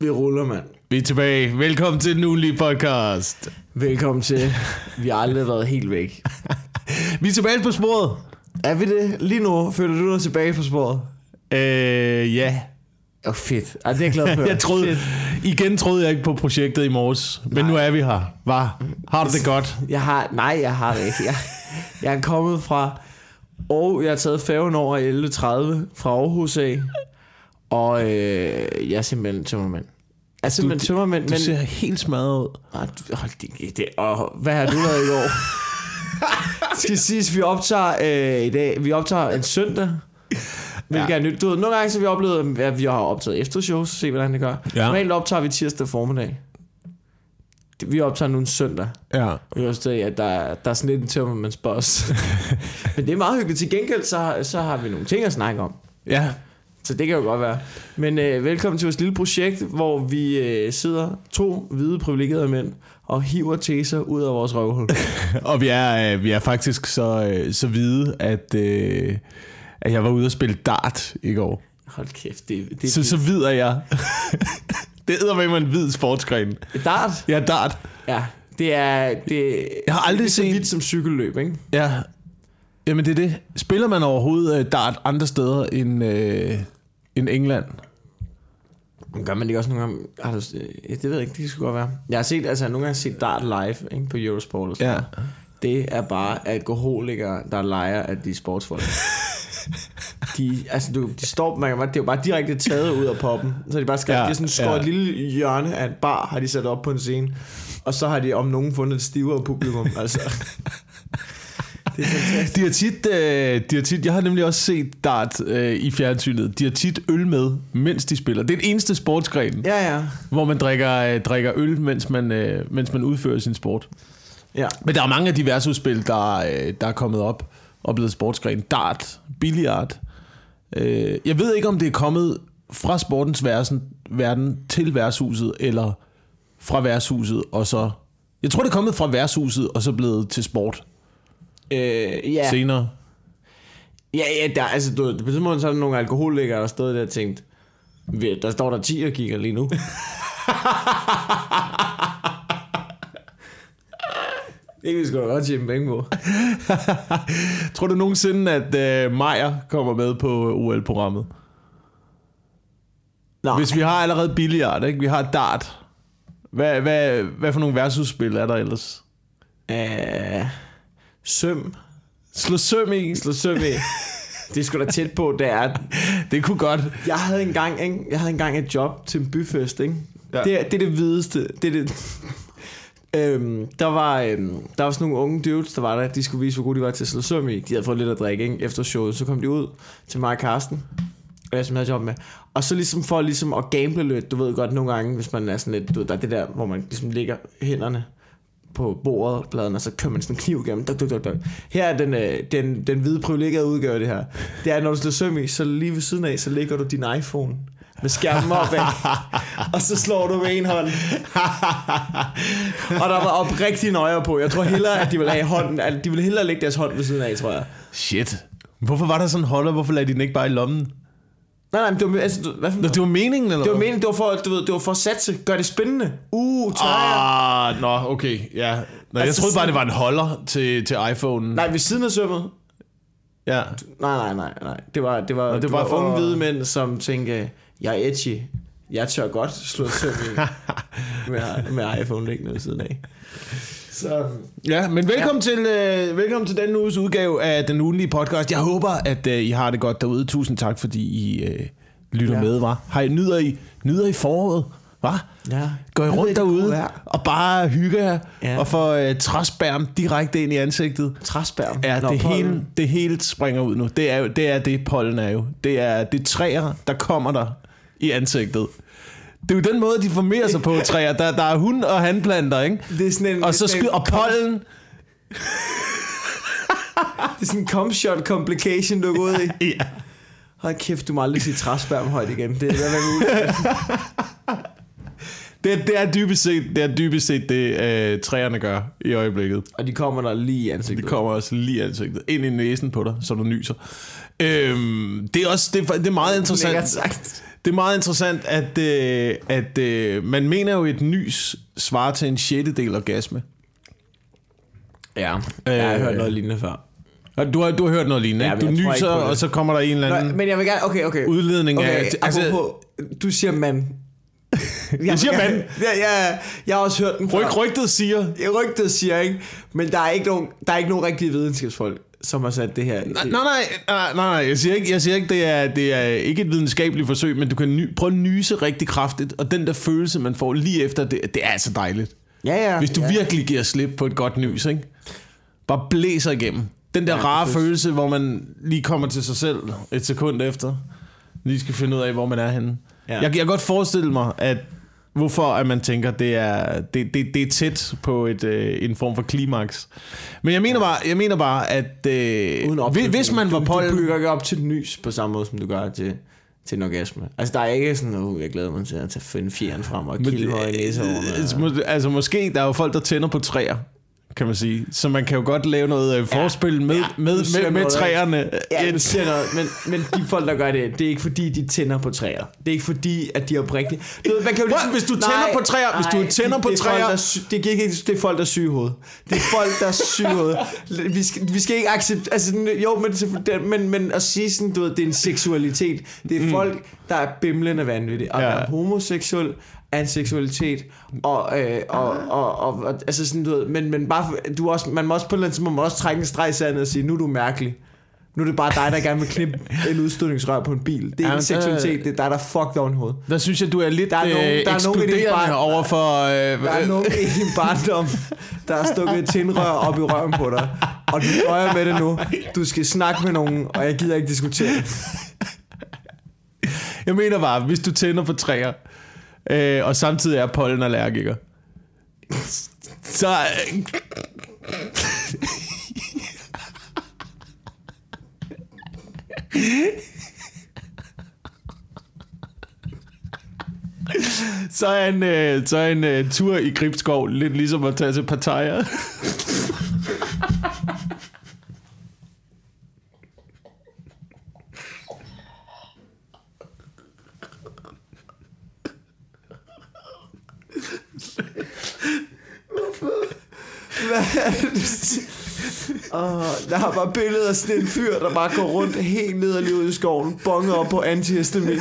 Vi ruller, mand. Vi er tilbage. Velkommen til den ugenlige podcast. Velkommen til. Vi har aldrig været helt væk. Vi er tilbage på sporet. Er vi det? Lige nu føler du dig tilbage på sporet? Ja. Fedt. Det er jeg glad for. Igen troede jeg ikke på projektet i morges. Men nu er vi her. Hvad? Har du det godt? Jeg har det ikke. Jeg er kommet fra... Og jeg har taget færgen over 11.30 fra Aarhus af. Og jeg er simpelthen tømmermand. Du ser helt smadret ud. Hvad har du lavet i går? Skal siges, vi optager i dag. Vi optager en søndag. Hvilket er nyt. Du ved, nogle gange så har vi oplevet, at vi har optaget eftershows. Se hvordan det gør. Normalt optager vi tirsdag formiddag. Vi optager nu en søndag. Ja. Og jeg vil sige, at der er sådan lidt en tømmermandsboss. Men det er meget hyggeligt. Til gengæld så har vi nogle ting at snakke om. Ja. Så det kan jo godt være. Men velkommen til vores lille projekt, hvor vi sidder 2 hvide privilegerede mænd og hiver teser ud af vores røvhul. Og vi er faktisk så hvide, at jeg var ude og spille dart i går. Hold kæft, det så hvid er jeg. Det æder med mig en hvid sportsgren. Dart? Ja, dart. Ja, det er jeg har aldrig set så vidt som cykelløb, ikke? Ja. Jamen det er det. Spiller man overhovedet dart andre steder end England? Gør man det også nogle gange? Det ved jeg ikke, det skulle godt være. Jeg har set, nogle gange set dart live, ikke, på Eurosport og sådan noget. Det er bare alkoholikere, der leger, at de er sportsfolk. De står, det er jo bare direkte taget ud af poppen. Så de bare de har sådan skåret et lille hjørne af et bar, har de sat op på en scene. Og så har de om nogen fundet et stivere publikum. Altså. Det er fantastisk. De har tit, jeg har nemlig også set dart i fjernsynet. De har tit øl med, mens de spiller. Det er den eneste sportsgren, hvor man drikker øl, mens man udfører sin sport. Ja. Men der er mange af de værtshusspil, der er kommet op og blevet sportsgren. Dart, billiard. Jeg ved ikke, om det er kommet fra sportens verden til værtshuset, eller fra værtshuset og så... Jeg tror, det er kommet fra værtshuset og så blevet til sport. Senere. På den måde så er der nogle alkoholikere, der stod der og tænkt, der står der 10 og kigger lige nu. Det vi sgu da godt tjene penge på. Tror du nogensinde, at Majer kommer med på OL-programmet? Nej. Hvis vi har allerede billiard, ikke? Vi har dart. Hvad for nogle værtshusspil er der ellers? Søm. Slå søm i. Det er sgu da tæt på, det er. Det kunne godt. Jeg havde engang et job til en byfest, ikke? Ja. Det er det hvideste. Der var sådan nogle unge dudes, der var der. De skulle vise, hvor gode de var til at slå søm i. De havde fået lidt at drikke, ikke? Efter showet. Så kom de ud til mig og Karsten, og jeg som havde job med. Og så ligesom for ligesom at gamble lidt. Du ved godt nogle gange, hvis man er sådan lidt, du ved, der er det der, hvor man ligesom lægger hænderne på bordet, pladen, og så kører man sådan en kniv igennem. Her er den hvide privilegerede udgave det her. Det er, når du slår søm i, så lige ved siden af, så lægger du din iPhone med skærmen opad, og så slår du med en hånd. Og der var oprigtige nøjer på. Jeg tror hellere, at de ville have hånden, at de ville hellere lægge deres hånd ved siden af, tror jeg. Shit. Hvorfor var der sådan en holder? Hvorfor lagde de den ikke bare i lommen? Nej, men det var, det var meningen, eller? Det var meningen, det var for at satse. Gør det spændende. Tøjer. Nå, okay, ja. Nå, jeg troede bare, det var en holder til iPhone. Nej, ved siden af sømmet. Ja. Nej. Det var unge hvide mænd, som tænkte, jeg er edgy. Jeg tør godt slå søm i med iPhone liggende ved siden af. Så, ja, men velkommen til denne uges udgave af den ugenlige podcast. Jeg håber, at I har det godt derude. Tusind tak, fordi I lytter med, hva? Nyder I foråret, hva? Ja. Går I rundt derude og bare hygger jer og får træsbærm direkte ind i ansigtet? Træsbærm? Ja, det hele springer ud nu. Det er det pollen er jo. Det er træer, der kommer der i ansigtet. Det er jo den måde, de formerer sig på, træer. Der er hund- og hanplanter, ikke? Det er sådan en, og så og pollen. Det er sådan en comshot complication, du er gået i. Ja. Hold kæft, du må aldrig sige træsbærm højt igen. Det er muligt. Det er dybest set det, træerne gør i øjeblikket. Og de kommer der lige i ansigtet. De kommer også lige i ansigtet. Ind i næsen på dig, så du nyser. Det er meget interessant. Det er meget interessant, at man mener jo, et nys svarer til en 6/6 orgasme. Ja, jeg har hørt noget lignende før. Du har hørt noget lignende, ja, du nyser, og så kommer der en eller anden men jeg vil gerne, okay. udledning af... Altså, du siger mand. Jeg siger mand. Ja, jeg har også hørt den før. Rygtet siger. Rygtet siger, ikke? Men der er ikke nogen rigtige videnskabsfolk, som har sat det her. Nej, jeg siger ikke, det er ikke et videnskabeligt forsøg, men du kan prøve at nyse rigtig kraftigt, og den der følelse, man får lige efter, det er altså dejligt. Ja. Hvis du virkelig giver slip på et godt nys, ikke? Bare blæser igennem. Den der rare følelse, hvor man lige kommer til sig selv et sekund efter, lige skal finde ud af, hvor man er henne. Ja. Jeg kan godt forestille mig, at hvorfor at man tænker, det er tæt på en form for klimaks. Men jeg mener bare, at hvis man var pollen... Du bygger ikke op til et nys på samme måde, som du gør til en orgasme. Altså, der er ikke sådan, jeg glæder mig til at finde fjeren frem og kilde mig i næsehårene. Altså, måske, der er jo folk, der tænder på træer, kan man sige. Så man kan jo godt lave noget forspil med træerne. Ja, du siger noget, men de folk, der gør det er ikke fordi, de tænder på træer. Det er ikke fordi, at de er oprigtige. Man kan jo ligesom, hvis du tænder på træer, det er folk, der er syge i hovedet. Det er folk, der er syge i hovedet. Vi skal ikke acceptere... Altså, jo, men at sige sådan, du ved, det er en seksualitet. Det er folk, der er bimlende vanvittige. Og er homoseksuel af en seksualitet og altså sådan, du ved, men bare man må også på en eller anden tid, man må også trække en streg i sandet og sige, nu er du mærkelig. Nu er det bare dig, der gerne vil knippe en udstødningsrør på en bil. Det er ikke en seksualitet, det er dig, der fucked oven hoved. Der synes jeg, du er lidt ekskluderende overfor... Der er nogen i din barndom, der har stukket et tindrør op i røven på dig, og du døjer med det nu. Du skal snakke med nogen, og jeg gider ikke diskutere. Jeg mener bare, hvis du tænder på træer, og samtidig er pollenallergiker, så så er en tur i Gribskov lidt ligesom at tage til Pattaya. Der har bare billeder af sådan en fyr, der bare går rundt helt ned og lige ud i skoven, bonger op på antihistamin.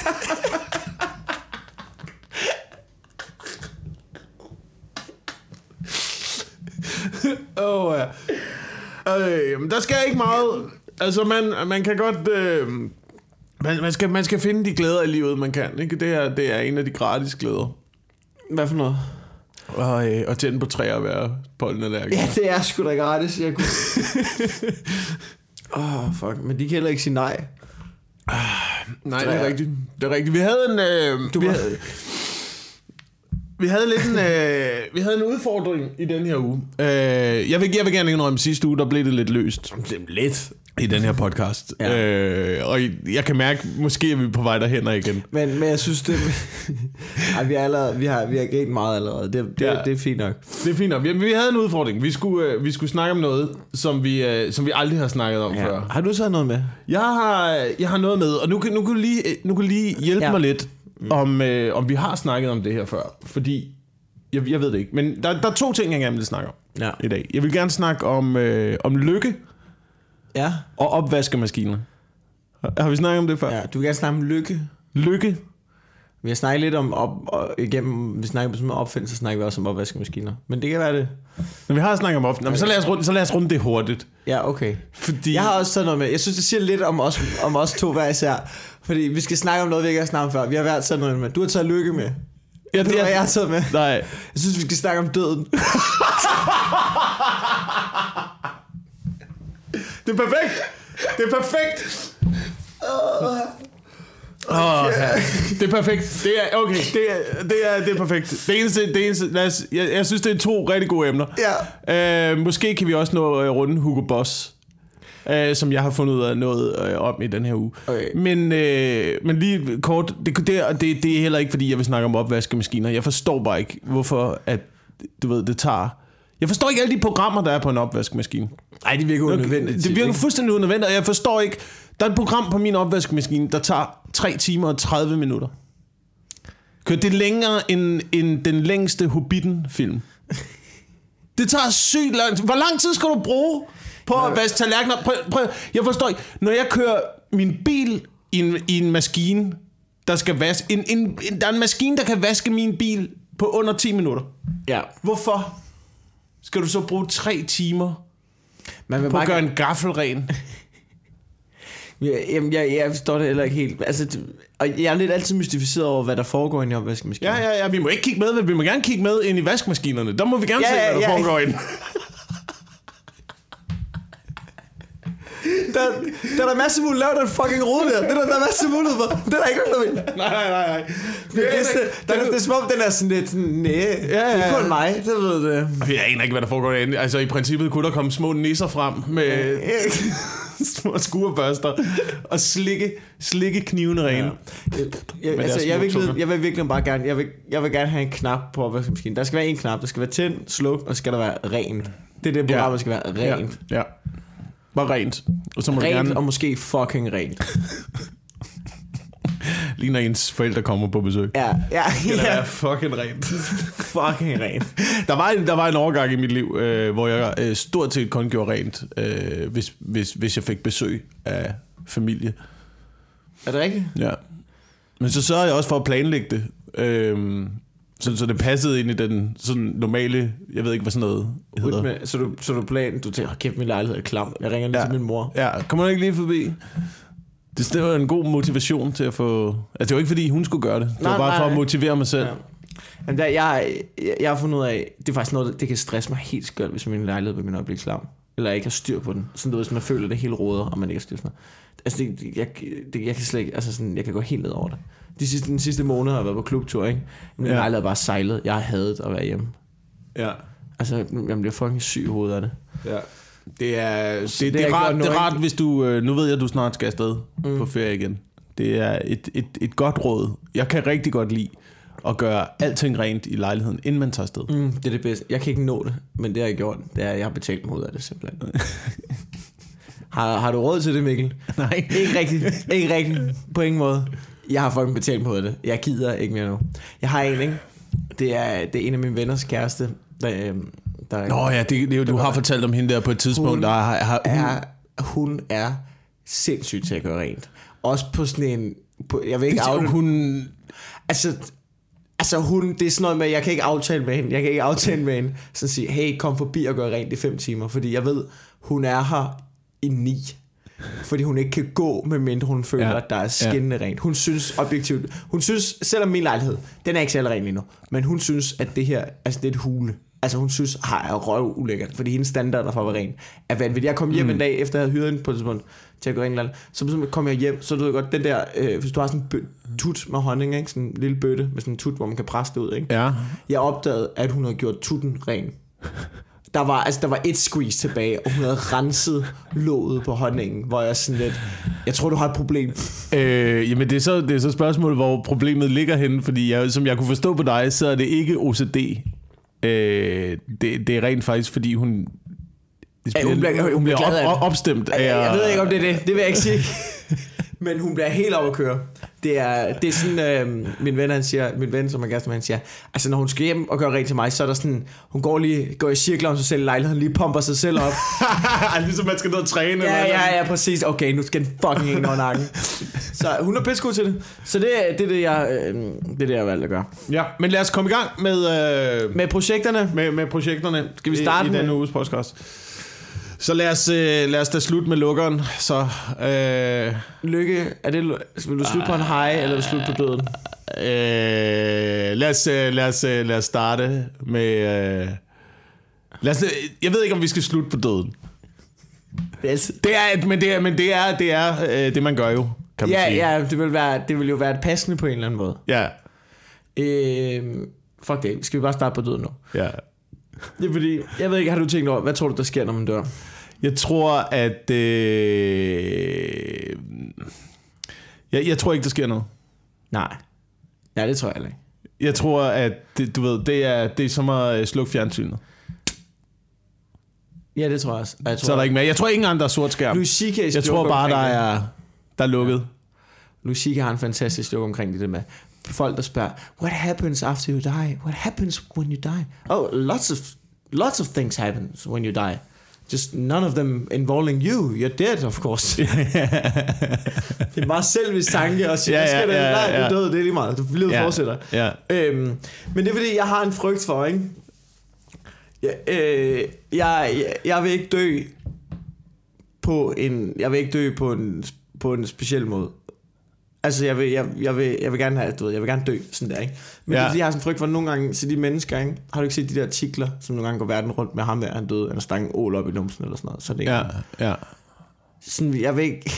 Der skal ikke meget. Altså man kan godt man skal finde de glæder i livet, man kan, ikke? Det er en af de gratis glæder. Hvad for noget? Og tænde på træer og være pollenallergiker. Ja, det er sgu da gratis. Jeg kunne... fuck. Men de kan heller ikke sige nej. Nej, det er rigtigt. Det er rigtigt. Vi havde en... Vi havde en udfordring i den her uge. Jeg vil gerne indrømme, sidste uge, der blev det lidt løst. Lidt. I den her podcast. Ja. Og jeg kan mærke, måske er vi på vej derhen og igen. Men jeg synes, det... vi har grint meget allerede. Det er fint nok. Det er fint nok. Vi havde en udfordring. Vi skulle snakke om noget, som vi aldrig har snakket om før. Har du så noget med? Jeg har noget med, og nu kan du lige hjælpe mig lidt, om vi har snakket om det her før. Fordi, jeg ved det ikke. Men der er 2 ting, jeg gerne vil snakke om i dag. Jeg vil gerne snakke om lykke. Ja. Og opvaskemaskiner. Har vi snakket om det før? Ja, du vil gerne snakke om lykke. Lykke. Vi har snakket lidt om vi snakker om opfindelse, så snakker vi også om opvaskemaskiner. Men det kan være det. Men vi har snakket om opfindelse. Så lad os runde det hurtigt. Ja, okay. Fordi... Jeg har også taget noget med. Jeg synes, det siger lidt om os to hver især. Fordi vi skal snakke om noget, vi ikke har snakket om før. Vi har været taget noget med. Du har taget lykke med. Ja, det har jeg taget med. Nej. Jeg synes, vi skal snakke om døden. Det er perfekt. Det er perfekt. Det er perfekt. Det er okay. Det er perfekt. Det eneste. Jeg synes, det er 2 rigtig gode emner. Ja. Måske kan vi også nå runde Hugo Boss, som jeg har fundet ud af noget om i den her uge. Okay. Men lige kort, det er heller ikke, fordi jeg vil snakke om opvaskemaskiner. Jeg forstår bare ikke, hvorfor at du ved, det tager. Jeg forstår ikke alle de programmer, der er på en opvaskemaskine. Nej, det virker unødvendigt. Det virker fuldstændig unødvendigt, og jeg forstår ikke Der er et program på min opvaskemaskine, der tager 3 timer og 30 minutter. Det er længere end den længste Hobbiten-film. Det tager sygt lang tid. Hvor lang tid skal du bruge på at vaske tallerkener? Prøv. Jeg forstår ikke. Når jeg kører min bil i en maskine, der skal vaske... der er en maskine, der kan vaske min bil på under 10 minutter. Ja. Hvorfor skal du så bruge 3 timer på at gøre en gaffel ren? Jamen, jeg forstår det heller ikke helt. Altså, og jeg er lidt altid mystificeret over, hvad der foregår inde i opvaskemaskinen. Ja, vi må ikke kigge med, vi må gerne kigge med ind i vaskemaskinerne. Der må vi gerne se, hvad der foregår inde. Der er der masse mulighed. Lav den fucking rode der. Der er masse mulighed for. Det er der ikke nogen, der vil. Nej. Det er som om, den er sådan lidt... Nej, det er kun mig, det ved det. Jeg aner ikke, hvad der foregår derinde. Altså, i princippet kunne der komme små nisser frem med små skurebørster og slikke knivene rene. Jeg vil virkelig bare gerne... Jeg vil gerne have en knap på opvaskemaskinen. Der skal være en knap. Der skal være tænd, sluk, og så skal der være rent. Det er det program, der skal være rent. Ja. Bare rent. Og så må rent gerne... og måske fucking rent. Lige når ens forældre kommer på besøg. Ja. Det er fucking rent. Fucking rent. Der var en overgang i mit liv, hvor jeg stort set kun gjorde rent, hvis jeg fik besøg af familie. Er det rigtigt? Ja. Men så sørgede jeg også for at planlægge det. Så det passede ind i den sådan normale, jeg ved ikke, hvad sådan noget hedder. Så du tænker, kæft, min lejlighed er klam. Jeg ringer lige til min mor. Ja, kommer du ikke lige forbi? Det var en god motivation til at få... Altså, det var ikke, fordi hun skulle gøre det. Det var bare for at motivere mig selv. Ja. Men jeg har fundet ud af, det er faktisk noget, det kan stresse mig helt skørt, hvis min lejlighed begynder at blive klam. Eller jeg ikke har styr på den. Sådan noget, hvis man føler, det hele råder, og man ikke har styr på det. Altså, jeg kan slet ikke... Altså, sådan, jeg kan gå helt ned over det. Den sidste måned har jeg været på klubtur, ikke? Min lejlighed er bare sejlet. Jeg har hadet at være hjemme. Ja. Altså, jeg bliver fucking syg i hovedet af det. Ja. Det er rart, hvis du... Nu ved jeg, at du snart skal afsted på ferie igen. Det er et godt råd. Jeg kan rigtig godt lide at gøre alting rent i lejligheden, inden man tager afsted. Det er det bedste. Jeg kan ikke nå det, men det har jeg gjort. Det er, jeg har betalt mig ud af det simpelthen. Har du råd til det, Mikkel? Nej. Ikke rigtigt. På ingen måde. Jeg har fucking betalt mig ud af det. Jeg gider ikke mere nu. Jeg har en, ikke? Det er en af mine venners kæreste, Nå ja, du har fortalt om hende der på et tidspunkt. Hun er sindssygt til at gøre rent. Også på sådan en... jeg vil ikke Altså hun, det er sådan noget med, jeg kan ikke aftale med hende. Så at sige, hey, kom forbi og gør rent i 5 timer. Fordi jeg ved, hun er her i 9. Fordi hun ikke kan gå, medmindre hun føler, at der er skinnende rent. Hun synes objektivt... selvom min lejlighed, den er ikke særlig ren lige nu, men hun synes, at det her, altså det er et hule. Altså hun synes, er røv ulækkert, fordi hendes standarder for at være ren er vanvittigt. Jeg kom hjem en dag, efter jeg havde hyret hende på et tidspunkt til at gå rent, så kom jeg hjem, så du ved godt, den der, hvis du har sådan en tut med honning, ikke? Sådan en lille bøtte med sådan en tut, hvor man kan presse det ud, ikke? Ja. Jeg opdagede, at hun havde gjort tutten ren. Der var et squeeze tilbage, og hun havde renset låget på honningen, hvor jeg sådan lidt, jeg tror, du har et problem. Jamen det er så spørgsmålet, hvor problemet ligger henne, fordi som jeg kunne forstå på dig, så er det ikke OCD. Det er rent faktisk, fordi hun bliver opstemt af... Jeg ved ikke, om det er det. Det vil jeg ikke sige. Men hun bliver helt op at køre. Det er sådan, min ven, som er kæreste med, han siger, altså når hun skal hjem og gøre rent til mig, så er der sådan, hun går i cirkler om sig selv i lejligheden, lige pumper sig selv op. Ligesom man skal ned og træne. Ja, præcis. Okay, nu skal den fucking ikke over nakken. Så hun er pissegod til det. Så det er det, jeg har valgt at gøre. Ja, men lad os komme i gang med projekterne. Med projekterne. Skal vi starte i denne uges podcast? Så lad os da slutte med lukkeren. Så, Lykke, vil du slutte på en high, eller vil du slutte på døden? Lad os starte med... jeg ved ikke, om vi skal slutte på døden. Det er det, man gør jo, kan man sige. Ja, det vil jo være et passende på en eller anden måde. Ja. Fuck det, skal vi bare starte på døden nu? Ja. Det er fordi, jeg ved ikke, har du tænkt over, hvad tror du, der sker, når man dør? Jeg tror, at... Jeg tror ikke, der sker noget. Nej. Ja, det tror jeg ikke. Jeg tror, at det er som at slukke fjernsynet. Ja, det tror jeg også. Så er der ikke mere. Jeg tror ikke engang, der er sort skærm. Louis C.K.'s jeg tror bare, der er... der er lukket. Louis C.K. har en fantastisk joke omkring det med folk, der spørger, what happens after you die? What happens when you die? Oh, lots of things happen when you die. Just none of them involving you. You're dead, of course. Det er meget selvisk tanke at sige, nej, du er død, det er lige meget. Livet fortsætter. Men det er fordi, jeg har en frygt for, ikke? Jeg vil ikke dø på en speciel måde. Altså jeg vil gerne have, jeg vil gerne dø sådan der, ikke? Men det er fordi jeg har sådan en frygt for nogle gange, så de mennesker, ikke? Har du ikke set de der artikler, som nogle gange går verden rundt med ham der, han døde, eller stang ål op i numsen eller sådan noget, så det ikke. Sådan, jeg vil ikke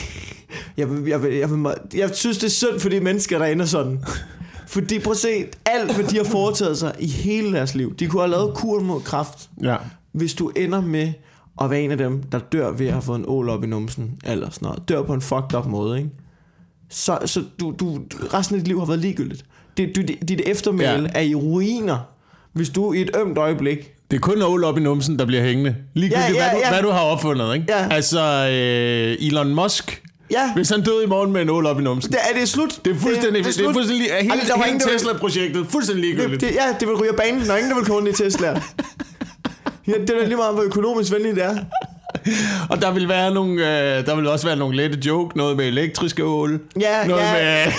jeg synes det er synd for de mennesker der ender sådan. Fordi prøv at se, alt hvad de har foretaget sig i hele deres liv, de kunne have lavet kuren mod kræft. Hvis du ender med at være en af dem, der dør ved at have fået en ål op i numsen eller sådan noget, dør på en fucked up måde, ikke? Så du resten af dit liv har været ligegyldigt. Dit eftermæle er i ruiner, hvis du i et ømt øjeblik. Det er kun ål op i numsen, der bliver hængende. Ligegyldigt hvad du har opfundet, ikke? Altså Elon Musk. Hvis han døde i morgen med en ål op i numsen. Det er slut. Det er fuldstændig hele Tesla-projektet fuldstændig ligegyldigt. Det vil ryge af banen, når ingen der vil komme i Tesla. Det er lige meget, hvor økonomisk venligt det er. Og der vil også være nogle lette joke, noget med elektriske ål. Med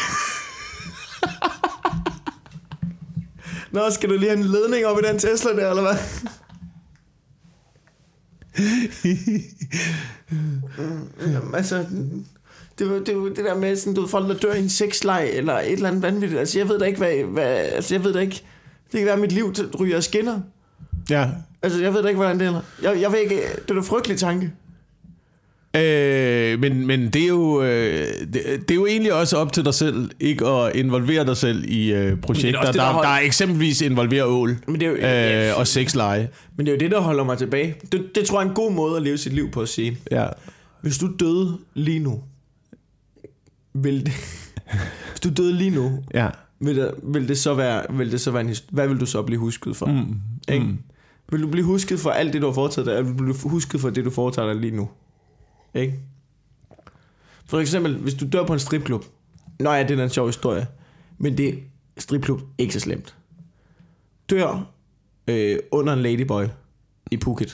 Nå, skal du lige have en ledning op i den Tesla der, eller hvad? Altså, det der med sådan, du folk der dør i en sexleg eller et eller andet vanvittigt. Altså, jeg ved da ikke jeg ved da ikke. Det kan være mit liv ryger af skinner. Ja. Altså, jeg ved da ikke, hvordan det er. Jeg ved ikke, det er en frygtelig tanke. Men det er jo egentlig også op til dig selv ikke at involvere dig selv i projekter der eksempelvis involverer ål og sexleje. Men det er jo det der holder mig tilbage. Det tror jeg er en god måde at leve sit liv på at sige. Hvis du døde lige nu, vil det så være hvad vil du så blive husket for? Vil du blive husket for alt det du har foretaget dig, eller vil du blive husket for det du foretager dig lige nu? Ikke? For eksempel, hvis du dør på en stripklub. Det er en sjov historie. Men det stripklub ikke så slemt. Dør under en ladyboy i Phuket.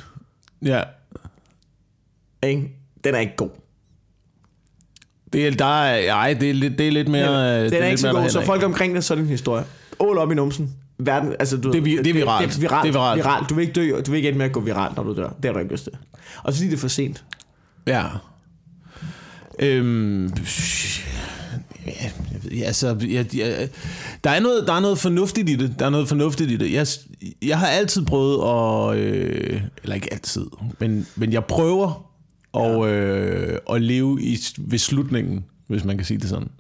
Ikke? Den er ikke god. Det er lidt mere. Den er ikke så god. Så folk omkring dig, så er det en historie. Ål op i numsen. Verden, altså, det er viralt. Du vil ikke dø, du vil ikke ende med at gå viralt, når du dør. Det har du ikke lyst til. Og så er det for sent. Der er noget fornuftigt i det. Jeg har altid prøvet at eller ikke altid, men jeg prøver at leve ved slutningen, hvis man kan sige det sådan.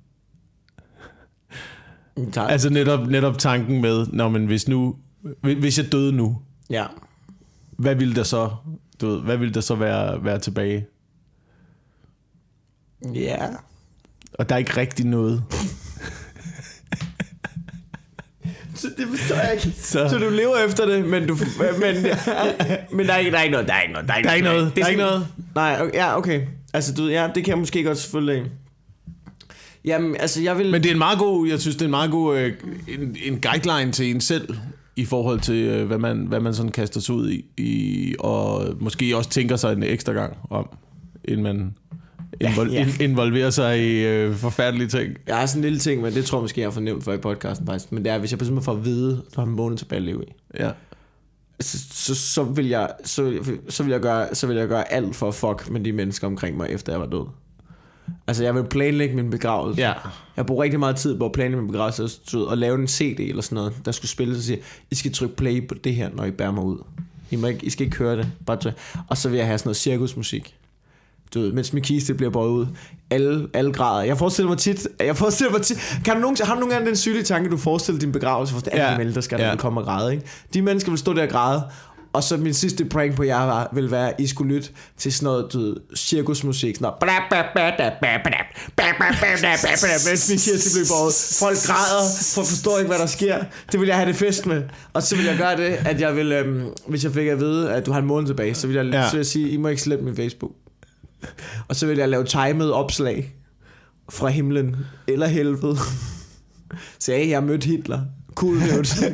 Altså netop tanken med, hvis jeg døde nu, hvad ville der så være tilbage? Og der er ikke rigtig noget. Det forstår jeg ikke. Så du lever efter det, men der er ikke noget. Der er ikke noget. Nej, okay. Altså det kan jeg måske godt selvfølgelig. Jamen, altså jeg vil. Men det er en meget god, jeg synes det er en meget god en guideline til en selv i forhold til hvad man sådan kaster sig ud i og måske også tænker sig en ekstra gang om, inden man involverer sig i forfærdelige ting. Jeg har sådan en lille ting, men det tror jeg måske, jeg har fornævnt for i podcasten faktisk. Men det er, hvis jeg simpelthen får at vide, du har en måned tilbage at leve i. Så vil jeg gøre alt for at fuck med de mennesker omkring mig, efter jeg var død. Altså jeg vil planlægge min begravelse. Jeg bruger rigtig meget tid på at planlægge min begravelse og lave en CD eller sådan noget, der skulle spilles og sige, I skal trykke play på det her, når I bærer mig ud. I skal ikke høre det. Bare og så vil jeg have sådan noget cirkusmusik. Du ved, mens min kiste bliver båret ud. Alle grader. Jeg forestiller mig tit. Har du nogen gange den sygelige tanke, du forestiller din begravelse, for alle de ældre skal der komme og græde, ikke? De mennesker vil stå der og græde. Og så min sidste prank på jer vil være, at I skulle lytte til sådan noget, du ved, cirkusmusik. Sådan noget. Mens min kiste bliver båret. Folk græder, for forstår ikke, hvad der sker. Det vil jeg have det fest med. Og så vil jeg gøre det, at jeg vil, hvis jeg fik at vide, at du har en måned tilbage, så vil jeg sige, I må ikke slette min Facebook. Og så vil jeg lave timet opslag. fra himlen eller helvede sagde, jeg mødte Hitler. Cool dude.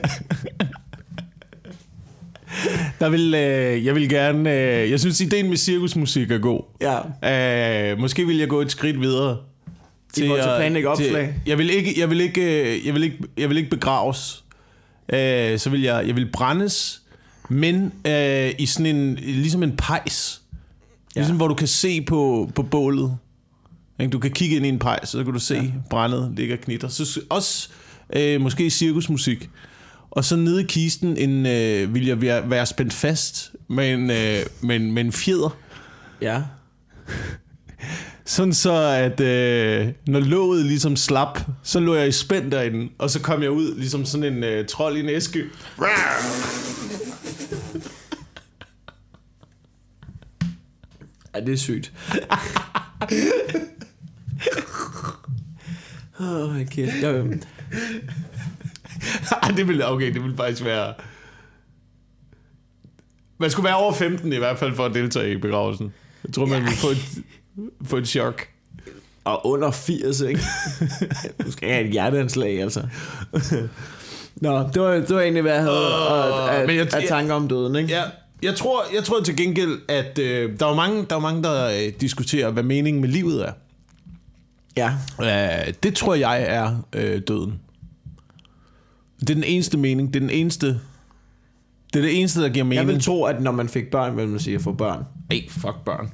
Jeg vil gerne... jeg synes, ideen med cirkusmusik er god. Ja. Måske vil jeg gå et skridt videre. I forhold til at planlægge opslag. Jeg vil ikke begraves. Så vil jeg vil brændes, men i sådan en... Ligesom en pejs. Ligesom hvor du kan se på bålet. Du kan kigge ind i en pejs, så kan du se brændet ligger og knitter. Så også måske cirkusmusik. Og så nede i kisten vil jeg være spændt fast med en fjeder. Ja. Sådan så, at når låget ligesom slap, så lå jeg i spænd derinde, og så kom jeg ud ligesom sådan en trold i en æske. Ja, det er sygt. Kæft. Det vil faktisk være... Man skulle være over 15 i hvert fald for at deltage i begravelsen. Jeg tror, man vil få et chok. Og under 80, ikke? Du skal have et hjerteanslag, altså. Nå, det var egentlig, hvad jeg havde at tanker om døden, ikke? Ja, jeg tror til gengæld, at der er mange, der diskuterer, hvad meningen med livet er. Ja. Det tror jeg er døden. Det er den eneste mening. Det er det eneste, der giver mening. Jeg vil tro, at når man fik børn, vil man sige at få børn. Hey, fuck børn.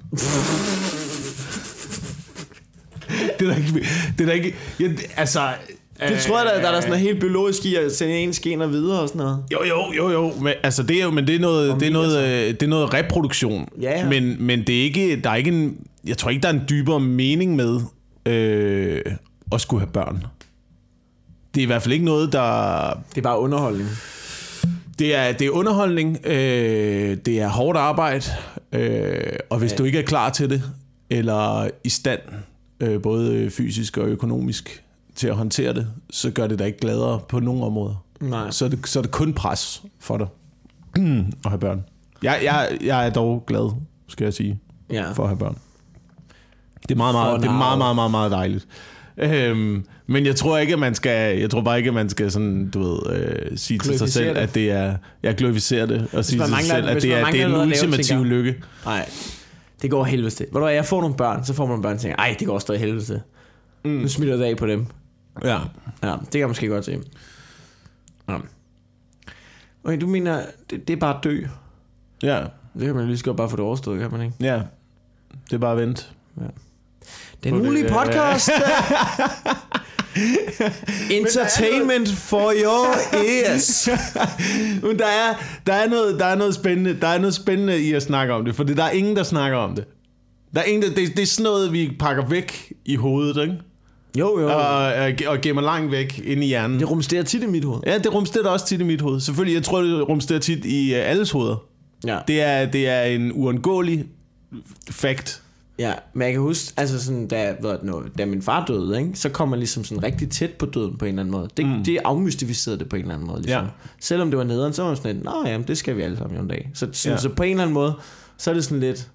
det er da ikke... Altså... Det tror jeg, der er sådan helt biologisk i at sende ens gener videre og sådan noget. Jo. Men, altså, det er noget reproduktion. Ja. Men det er ikke... Der er ikke en... Jeg tror ikke, der er en dybere mening med at skulle have børn. Det er i hvert fald ikke noget, der... Det er bare underholdning. Det er underholdning. Det er hårdt arbejde. Og hvis du ikke er klar til det, eller i stand, både fysisk og økonomisk, til at håndtere det, så gør det dig ikke gladere på nogen områder. Nej. Så er det kun pres for dig at have børn. Jeg er dog glad, skal jeg sige, for at have børn. Det er meget dejligt. Men jeg tror ikke, at man skal. Jeg tror bare ikke, at man skal sådan, du ved, sige til sig selv, at det er. Jeg glorificerer det og sige til sig selv, at det er en ultimativ lykke. Nej, det går helvede til. Hvor jeg får nogle børn, så får man børn og tænker, ej, det går også helvede til. Nu smitter det af på dem. Ja, det kan man måske godt se. Ja. Okay, du mener, det er bare at dø? Ja. Det kan man lige så godt bare få det overstået, kan man ikke? Ja, det er bare at vente. Ja. Den ulige podcast. Entertainment for your ears. Men der er noget spændende i at snakke om det, for der er ingen, der snakker om det. Der er ingen, det er sådan noget, vi pakker væk i hovedet, ikke? Jo. Og gemmer langt væk inde i hjernen. Det rumsterer tit i mit hoved. Ja, det rumsterer også tit i mit hoved. Selvfølgelig, jeg tror, det rumsterer tit i alles hoveder. Ja. Det er en uundgåelig fact. Ja, men jeg kan huske, altså sådan, da min far døde, ikke, så kom man ligesom sådan rigtig tæt på døden på en eller anden måde. Det afmystificerede det på en eller anden måde. Ligesom. Ja. Selvom det var nederen, så var man sådan lidt, nå jamen, det skal vi alle sammen jo en dag. Så på en eller anden måde, så er det sådan lidt,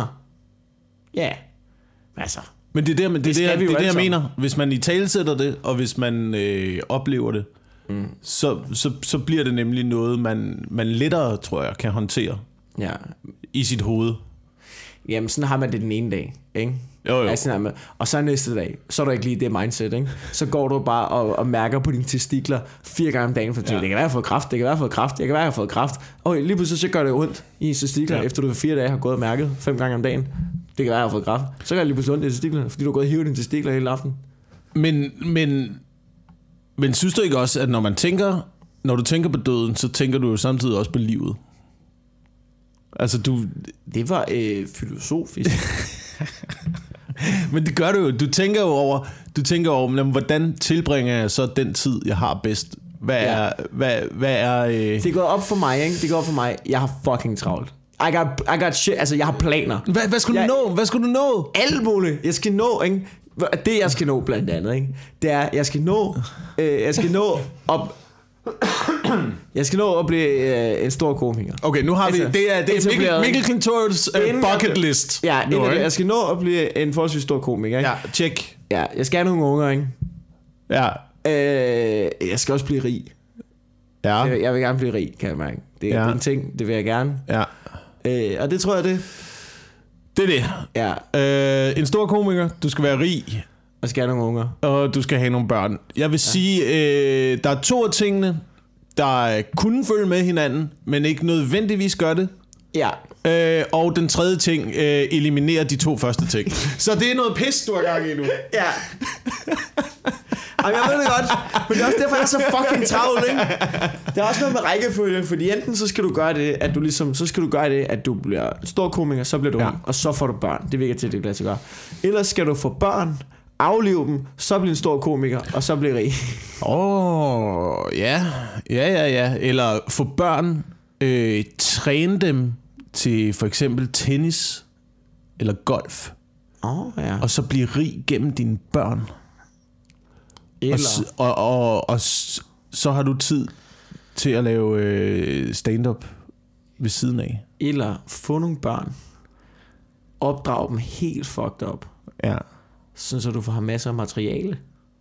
altså. Men det er det jeg mener. Hvis man italesætter det, og hvis man oplever det, så bliver det nemlig noget, man lettere, tror jeg, kan håndtere i sit hoved. Jamen, sådan har man det den ene dag, ikke? Jo. Altså, og så næste dag, så er du ikke lige det mindset, ikke? Så går du bare og mærker på dine testikler 4 gange om dagen, for det kan være, jeg har fået kræft, det kan være, jeg har fået kræft. Og lige pludselig så gør det ondt i testikler, efter du 4 dage har gået og mærket 5 gange om dagen. Det kan være, jeg har fået kræft. Så gør det lige pludselig ondt i testiklerne, fordi du har gået og hivet dine testikler hele aften. Men synes du ikke også, at når du tænker på døden, så tænker du jo samtidig også på livet? Altså det var filosofisk. Men det gør du jo. Du tænker over, men hvordan tilbringer jeg så den tid, jeg har bedst? Hvad er Det er gået op for mig, ikke? Det går op for mig. Jeg har fucking travlt. I got shit. Altså, jeg har planer. Hvad skal du nå? Hvad skal du nå? Alt muligt. Jeg skal nå, ikke? Det jeg skal nå blandt andet, ikke? Det er, jeg skal nå op. Jeg skal nå at blive en stor komiker. Okay, nu har vi... Det er Mikkel Klintorius bucket list. Ja, jeg skal nå at blive en forholdsvis stor komiker, ikke? Ja, check. Ja, jeg skal have nogle unger, ikke? Ja. Jeg skal også blive rig. Ja. Jeg vil gerne blive rig, kan jeg mærke. Det er en ting, det vil jeg gerne. Ja. Og det tror jeg, det. Det er det. Ja. En stor komiker, du skal være rig. Og skal have nogle unger. Og du skal have nogle børn. Jeg vil sige, der er 2 af tingene, der kunne følge med hinanden, men ikke nødvendigvis gør det. Ja. Og den tredje ting eliminerer de 2 første ting. Så det er noget pis, du har gang i nu. Ja. Jamen, jeg ved det godt, men det er også derfor, jeg er så fucking travl, ikke? Der er også noget med rækkefølge, fordi enten så skal du gøre det, at du ligesom, så skal du gøre det, at du bliver stor komiker, så bliver du rig, og så får du børn. Det virker til, at det er glat at gøre. Ellers skal du få børn, aflive dem, så blive en stor komiker, og så blive rig. Ja. Eller få børn, træne dem til for eksempel tennis eller golf. Og så blive rig gennem dine børn. Og så har du tid til at lave stand-up ved siden af. Eller få nogle børn, opdrage dem helt fucked up. Ja. Sådan så du får masser af materiale.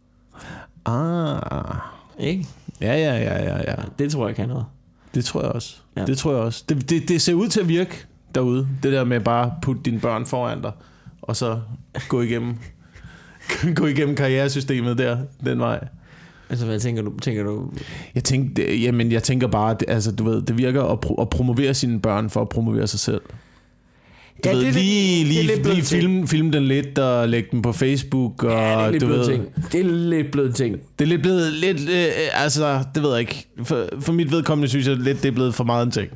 Ikke? Ja. Det tror jeg kan noget. Det tror jeg også. Ja. Det tror jeg også. Det ser ud til at virke derude. Det der med bare putte dine børn foran dig, og så gå igennem karrieresystemet der, den vej. Altså, hvad tænker du? Jeg tænker bare, altså, du ved, det virker at promovere sine børn for at promovere sig selv. Du ved, lige film den lidt og lægge den på Facebook, og det er lidt du ved. Ting. Det er lidt blevet ting. Det er lidt blevet altså, det ved jeg ikke. For mit vedkommende synes jeg lidt, det er blevet for meget en ting.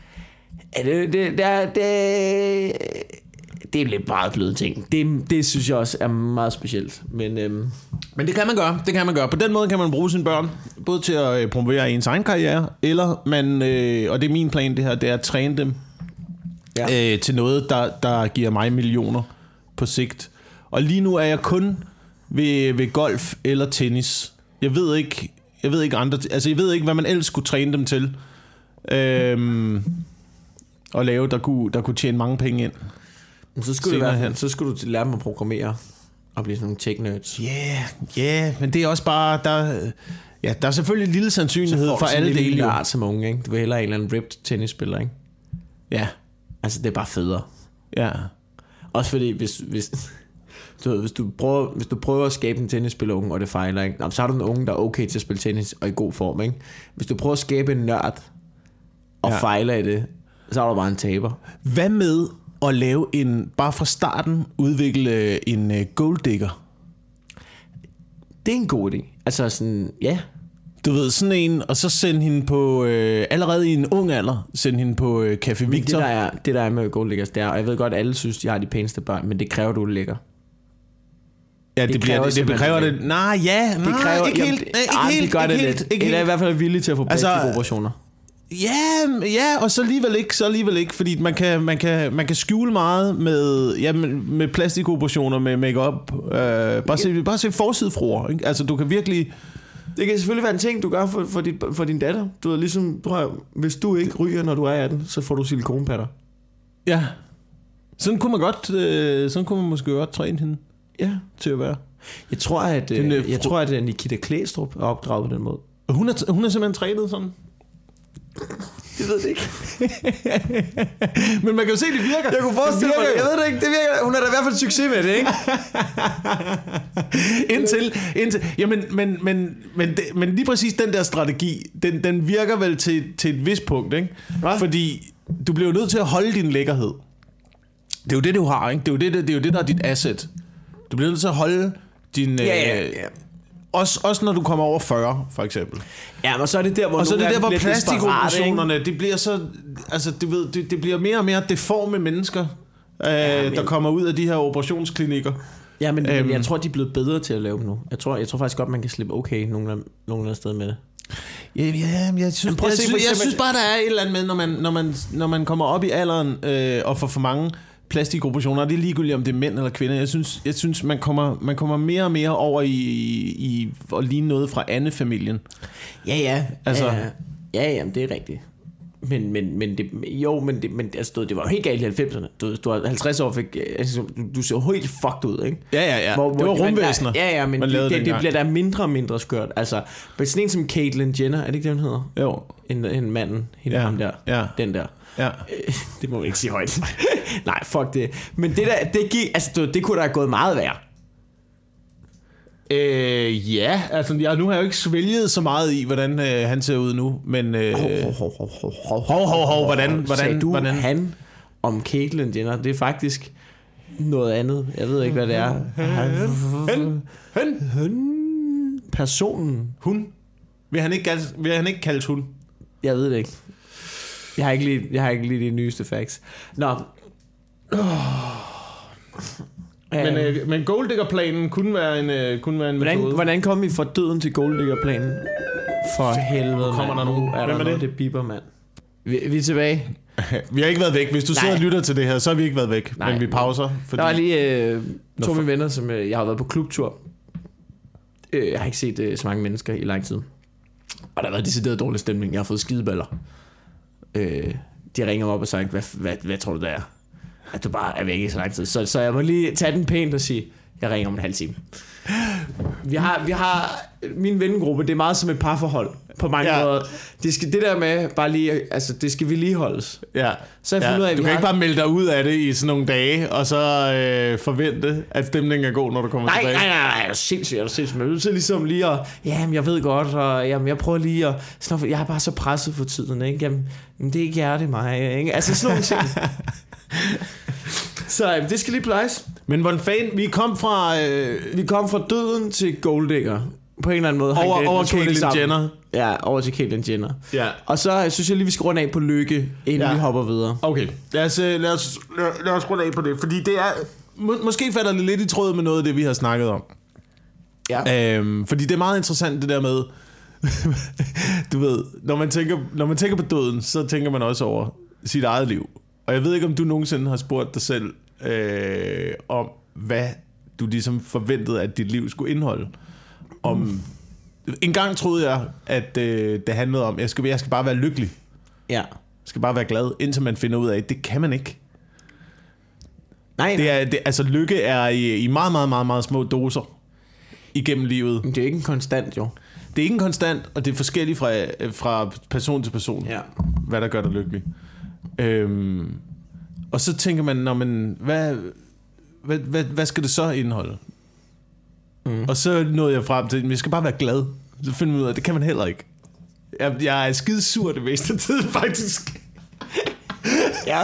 Det er lidt meget blevet ting. Det synes jeg også er meget specielt. Men det kan man gøre. På den måde kan man bruge sine børn, både til at promovere ens egen karriere, eller man, og det er min plan det her, det er at træne dem til noget, der giver mig millioner på sigt. Og lige nu er jeg kun ved golf eller tennis. Jeg ved ikke andre, altså jeg ved ikke, hvad man ellers skulle træne dem til. Og lave, der kunne tjene mange penge ind. Så skulle du lære dem at programmere og blive sådan nogle tech-nerds. Ja, men det er også bare, der er selvfølgelig en lille sandsynlighed for alle dele. Så får som unge, ikke? Du vil hellere en eller anden ripped tennisspiller, ikke? Ja. Altså, det er bare federe. Ja. Også fordi, hvis du prøver at skabe en tennisspiller unge, og det fejler, ikke? Så har du en unge, der er okay til at spille tennis og i god form, ikke? Hvis du prøver at skabe en nørd og fejler i det, så er du bare en taber. Hvad med at lave bare fra starten udvikle en golddigger? Det er en god idé. Altså sådan, ja. Du ved, sådan en, og så sende hende på, allerede i en ung alder, sende hende på Café Victor. Det der er med golddiggers, det er, og jeg ved godt, at alle synes, de har de pæneste børn, men det kræver, du lægger. Ja, det kræver det. Det kræver ikke helt. Det gør det lidt. Det er i hvert fald villige til at få plastikoperationer. Ja, og så alligevel ikke, fordi man kan skjule meget med plastikoperationer, med makeup. Bare se forsidefruer, ikke? Altså du kan virkelig. Det kan selvfølgelig være en ting, du gør for din datter. Du ved, ligesom, hvis du ikke ryger, når du er 18, så får du silikonpatter. Ja. Sådan kunne man måske godt træne hende. Ja, til at være. Jeg tror at Nikita Klæstrup er opdraget på den måde. Hun er simpelthen trænet sådan. Jeg ved det ikke. Men man kan jo se, det virker. Jeg kunne forestille mig, jeg ved det ikke, det virker. Hun har da i hvert fald succes med det, ikke? indtil jamen, men lige præcis den der strategi, den virker vel til et vist punkt, ikke? Hva? Fordi du bliver jo nødt til at holde din lækkerhed. Det er jo det, du har, ikke? Det er jo det, der er dit asset. Du bliver nødt til at holde din. Ja. Også når du kommer over 40, for eksempel. Ja, men så er det der, hvor plastikoperationerne, det bliver så, altså du ved, det bliver mere og mere deforme mennesker, der kommer ud af de her operationsklinikker. Ja, men jeg tror, de er blevet bedre til at lave dem nu. Jeg tror faktisk godt, man kan slippe okay nogle sted med det. Jeg synes bare, der er et eller andet med, når man kommer op i alderen og får for mange plastikoperationer, det er ligegyldigt om det er mænd eller kvinder. Jeg synes man kommer mere og mere over i at ligne noget fra Anne-familien. Ja. Altså, Ja, jamen, det er rigtigt. Men det var jo helt galt i 90'erne. Du var 50 år, du så jo helt fucked ud, ikke? Ja. Det var rumvæsener. Ja, men det bliver da mindre og mindre skørt. Altså, men sådan en som Caitlyn Jenner, er det ikke det, hun hedder? Jo. En manden, ham der. Ja. Den der. Ja. Det må man ikke sige højt. Nej, fuck det. Men det der, det gik, altså, det kunne da have gået meget værre. Ja, altså nu har jeg jo ikke svælget så meget i, hvordan han ser ud nu, men hvordan han om Caitlyn Jenner, det er faktisk noget andet. Jeg ved ikke, hvad det er. Personen. Hun. Vil han ikke kaldes hun? Jeg ved det ikke. Jeg har ikke lige de nyeste facts. Nå. Men golddiggerplanen kunne være en metode. Hvordan kom vi fra døden til golddiggerplanen? For helvede, kommer der nogen? Er der noget, det biber, mand? Vi er tilbage. Vi har ikke været væk. Hvis du sidder og lytter til det her, så har vi ikke været væk. Men vi pauser. Fordi der var lige to af mine venner, som jeg har været på klubtur. Jeg har ikke set så mange mennesker i lang tid. Og der har været decideret dårlig stemning. Jeg har fået skideballer. De ringer mig op og sagt, hvad tror du der er? At du bare er væk i så lang tid. Så jeg må lige tage den pænt og sige, jeg ringer om en halv time. Vi har min vennegruppe, det er meget som et parforhold på mange måder. Det der med bare lige, altså det skal vi lige holdes. Ja. Så jeg ud af, du kan ikke bare melde dig ud af det i sådan nogle dage og så forvente at stemningen er god, når du kommer tilbage. Nej, det er sindssygt. Men så ligesom lige at, jamen jeg ved godt, og jamen jeg prøver lige at, jeg er bare så presset for tiden, ikke? Jamen det er ikke jer, det er mig, ikke? Altså sådan nogle ting. Så det skal lige plejes. Men hvordan fanden, vi kom fra døden til golddigger på en eller anden måde. Over Caitlyn Jenner. Ja, over til Caitlyn Jenner. Ja. Og så synes jeg lige, vi skal runde af på lykke, inden vi hopper videre. Okay, lad os runde af på det. Fordi det er, måske falder det lidt i tråd med noget af det, vi har snakket om. Ja. Fordi det er meget interessant det der med, du ved, når man tænker på døden, så tænker man også over sit eget liv. Og jeg ved ikke, om du nogensinde har spurgt dig selv om, hvad du ligesom forventede, at dit liv skulle indeholde. En gang troede jeg, at det handlede om, jeg skal bare være lykkelig. Ja. Jeg skal bare være glad, indtil man finder ud af, at det kan man ikke. Nej. Altså lykke er i meget, meget, meget, meget små doser igennem livet. Men det er ikke en konstant, jo. Det er ikke en konstant, og det er forskelligt fra person til person, hvad der gør dig lykkelig. Og så tænker man, hvad skal det så indeholde? Og så nåede jeg frem til, at jeg skal bare være glad. Så finder man ud af, at det kan man heller ikke. Jeg er skide sur det meste af tiden, faktisk. Ja.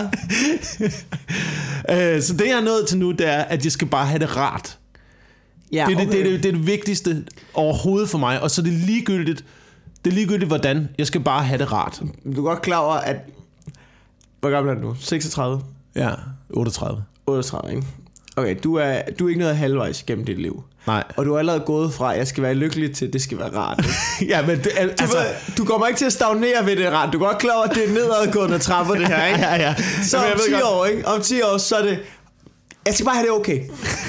Så det jeg er nået til nu, det er, at jeg skal bare have det rart. Ja, det er det vigtigste overhovedet for mig. Og så er det ligegyldigt, hvordan. Jeg skal bare have det rart. Du er godt klar over, at... Hvor gammel er du nu? 36? Ja, 38. 38, ikke? Okay, du er ikke noget halvvejs gennem dit liv. Nej. Og du er allerede gået fra, at jeg skal være lykkelig til, det skal være rart. Ja, men det, altså... du kommer ikke til at stagnere ved det rart. Du er godt klar over, at det er nedadgående trapper, det her, ikke? Ja. Så om 10 år, ikke? Om 10 år, så er det... Jeg skal bare have det okay.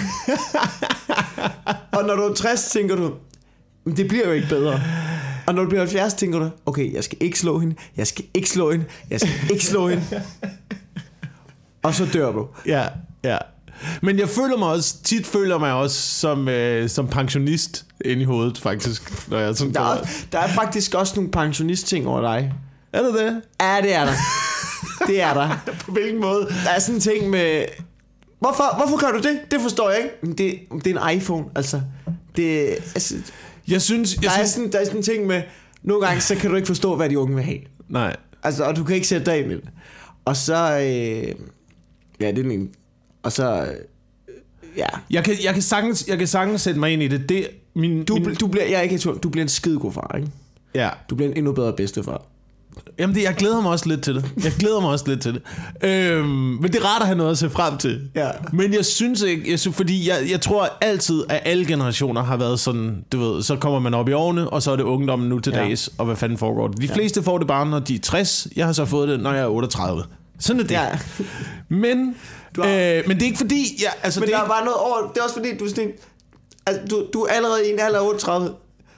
Og når du er 60, tænker du... Men det bliver jo ikke bedre. Og når du bliver 70, tænker du... Okay, jeg skal ikke slå hende. Jeg skal ikke slå hende. Jeg skal ikke slå hende. Og så dør du. Ja. Men jeg føler mig også som pensionist inde i hovedet, faktisk. Når jeg sådan der er faktisk også nogle pensionist-ting over dig. Er der det? Ja, det er der. Det er der. På hvilken måde? Der er sådan en ting med... Hvorfor gør du det? Det forstår jeg ikke. Det er en iPhone, altså. Jeg synes... Der er sådan en ting med... Nogle gange, så kan du ikke forstå, hvad de unge vil have. Nej. Altså, og du kan ikke sætte dig ind i det. Og så... ja, det er den. Og så... ja. Jeg kan sagtens sætte mig ind i det. Jeg er ikke i tvivl. Du bliver en skidegod far, ikke? Ja. Du bliver en endnu bedre bedstefar. Jamen, jeg glæder mig også lidt til det. Men det er rart at have noget at se frem til. Ja. Men jeg synes ikke... Fordi jeg tror altid, at alle generationer har været sådan... Du ved, så kommer man op i årene, og så er det ungdommen nu til dags. Og hvad fanden foregår det? De fleste får det bare, når de er 60. Jeg har så fået det, når jeg er 38. Sådan er det. Ja. Men det er ikke fordi... Men der er bare noget over... Det er også fordi, du er sådan... Altså, du er allerede i en alder af 38.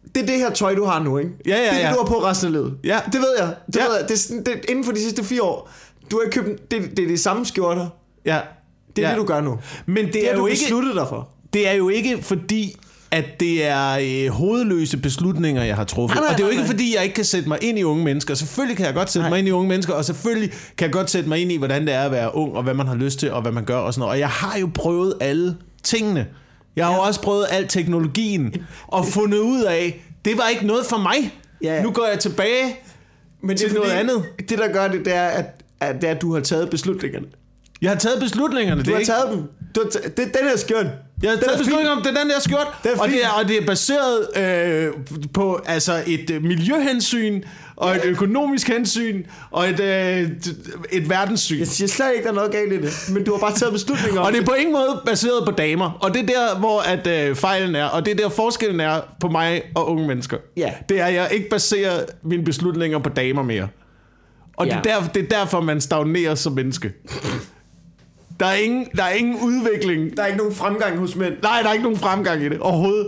det er det her tøj, du har nu, ikke? Ja. Det er det, du har på resten af livet. Ja. Det ved jeg. Det er inden for de sidste 4 år. Du har købt... Det er de samme skjorter. Ja. Det er det, du gør nu. Men det er jo ikke... besluttet dig for. Det er jo ikke fordi... at det er hovedløse beslutninger, jeg har truffet. Og det er jo ikke, fordi jeg ikke kan sætte mig ind i unge mennesker. Selvfølgelig kan jeg godt sætte mig ind i unge mennesker, og selvfølgelig kan jeg godt sætte mig ind i, hvordan det er at være ung, og hvad man har lyst til, og hvad man gør og sådan noget. Og jeg har jo prøvet alle tingene. Jeg har jo også prøvet al teknologien, og fundet ud af, det var ikke noget for mig. Ja. Nu går jeg tilbage til noget andet. Det, der gør det, det er, at du har taget beslutningerne. Jeg har taget beslutningerne. Du har taget dem. Det er den her skjort. Jeg har taget beslutninger om, det er den der skjort, og det er baseret på altså et miljøhensyn, og et økonomisk hensyn, og et verdenssyn. Jeg siger slet ikke, der er noget galt i det, men du har bare taget beslutninger om og det er på ingen måde baseret på damer, og det er der, hvor at, fejlen er, og det er der forskellen er på mig og unge mennesker. Ja. Det er, at jeg ikke baserer mine beslutninger på damer mere. Og det er derfor, man stagnerer som menneske. Der er ingen udvikling. Der er ikke nogen fremgang hos mænd. Nej, der er ikke nogen fremgang i det overhovedet.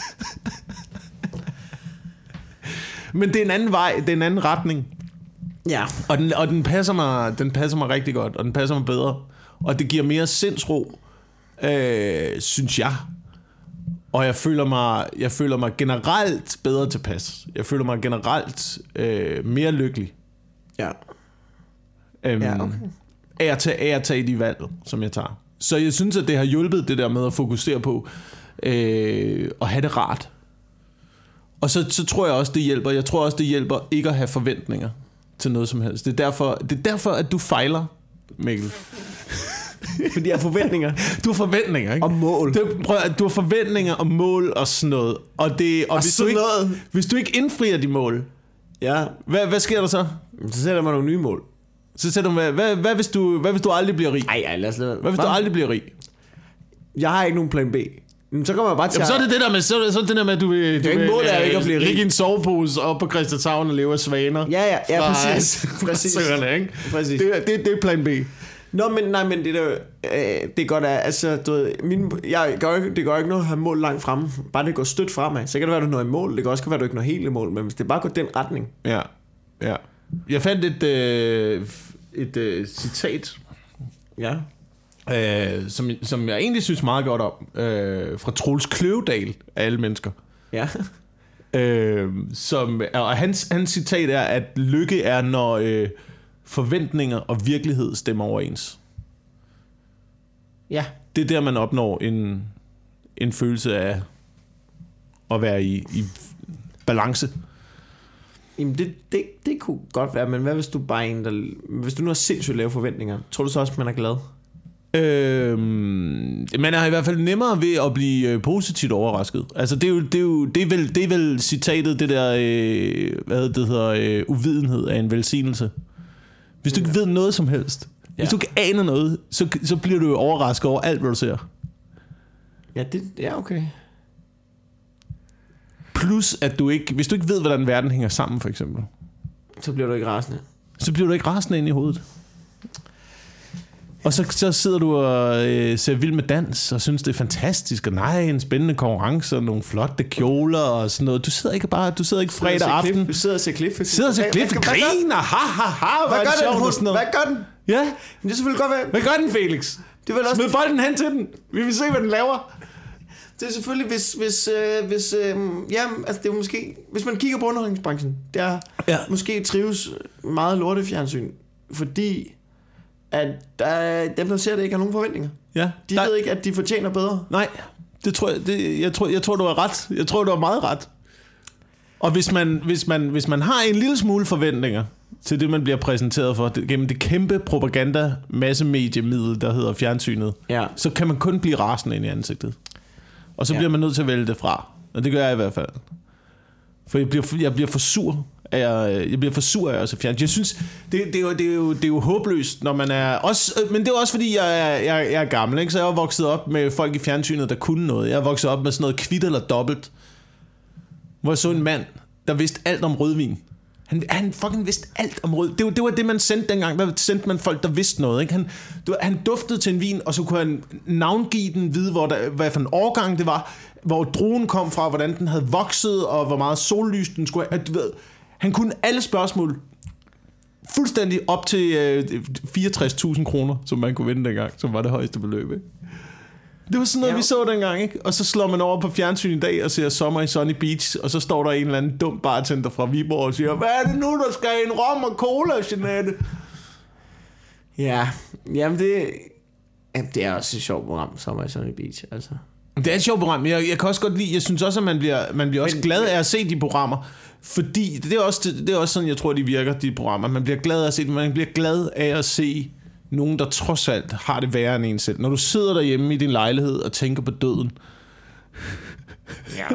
Men det er en anden vej, det er en anden retning. Ja. Og den passer mig rigtig godt, og den passer mig bedre. Og det giver mere sindsro, synes jeg. Og jeg føler mig generelt bedre tilpas. Jeg føler mig generelt mere lykkelig. Ja. Ja, okay. Af at tage de valg, som jeg tager. Så jeg synes, at det har hjulpet det der med at fokusere på at have det rart. Og så tror jeg også, det hjælper. Jeg tror også, det hjælper ikke at have forventninger til noget som helst. Det er derfor at du fejler, Mikkel. Fordi jeg har forventninger. Du har forventninger, ikke? Og mål. Du har forventninger og mål og sådan noget. Og hvis du ikke indfrier de mål, ja. Hvad sker der så? Så sætter man nogle nye mål. Så sætter du hvad hvis du aldrig bliver rig? Nej, lad os lade. Hvad hvis du aldrig bliver rig? Jeg har ikke nogen plan B. Men så kommer jeg bare til. Jamen, så er det det der med, så det der med, at du vil ikke at blive rig. Ligge i en sovepose op på Christianshavn og leve af svaner. Ja, præcis. Søerne, ikke? Præcis. Det er plan B. Nå, men det der, det er godt, altså, du ved, det gør ikke noget at have mål langt fremme. Bare det går stødt fremad. Så kan det være, du når i mål. Det kan også være, du ikke når helt i mål. Men hvis det bare går den retning. Ja. Jeg fandt et citat. Ja. Som jeg egentlig synes meget godt om. Fra Troels Kløvedal af alle mennesker. Ja. Og hans citat er, at lykke er, når forventninger og virkelighed stemmer overens. Ja. Det er der, man opnår en følelse af at være i balance. Jamen det kunne godt være, men hvad hvis du bare er hvis du nu har sindssygt lave forventninger, tror du så også, man er glad? Man er i hvert fald nemmere ved at blive positivt overrasket. Altså det er vel citatet, det der hvad det hedder, uvidenhed af en velsignelse. Hvis du ikke ved noget som helst, hvis du ikke aner noget, så bliver du jo overrasket over alt, hvad du ser. Ja, okay. Plus at hvis du ikke ved, hvordan verden hænger sammen, for eksempel, så bliver du ikke rasende. Så bliver du ikke rasende ind i hovedet. Og så sidder du og ser Vild med Dans og synes, det er fantastisk, og nej, en spændende konkurrence og nogle flotte kjoler og sådan noget. Du sidder ikke fredag aften. Du sidder og ser klip. Griner, ha, hvad gør den? Ja. Men det er selvfølgelig godt være. Hvad gør den, Felix? Smid bolden hen til den. Vi vil se, hvad den laver. Det er selvfølgelig, hvis altså det er måske, hvis man kigger på underholdningsbranchen, der måske trives meget lortefjernsyn, fordi at dem, der ser det, ikke har nogen forventninger. Ja. De ved ikke, at de fortjener bedre. Nej, det tror jeg tror, du har ret. Jeg tror, du har meget ret. Og hvis man har en lille smule forventninger til det, man bliver præsenteret for gennem det kæmpe propaganda massemediemiddel, der hedder fjernsynet, så kan man kun blive rasende ind i ansigtet. Og så bliver man nødt til at vælge det fra. Og det gør jeg i hvert fald. For jeg bliver for sur. Jeg bliver for sur af at se fjernsyn. Jeg synes, det er jo håbløst, når man er også, men det er også fordi jeg er gammel, ikke? Så jeg er vokset op med folk i fjernsynet, der kunne noget. Jeg er vokset op med sådan noget kvit eller dobbelt, hvor jeg så en mand, der vidste alt om rødvin. Han fucking vidste alt om rød. Det var det, man sendte dengang. Der sendte man folk, der vidste noget. Ikke? Han duftede til en vin, og så kunne han navngive den, vide, hvad for en årgang det var, hvor druen kom fra, hvordan den havde vokset, og hvor meget sollys den skulle have. Han kunne alle spørgsmål fuldstændig op til 64.000 kroner, som man kunne vinde dengang, som var det højeste beløb. Ikke? Det var sådan noget, vi så dengang, ikke? Og så slår man over på fjernsyn i dag og ser Sommer i Sunny Beach, og så står der en eller anden dum bartender fra Viborg og siger, hvad er det nu, der skal en rom og cola, Jeanette? Ja, jamen det er også et sjovt program, Sommer i Sunny Beach, altså. Det er et sjovt program, men jeg kan også godt lide, jeg synes også, at man bliver også glad af at se de programmer, fordi det er også sådan, jeg tror, de virker, de programmer. Man bliver glad af at se, man bliver glad af at se nogen, der trods alt har det værre end en selv. Når du sidder derhjemme i din lejlighed og tænker på døden. Ja.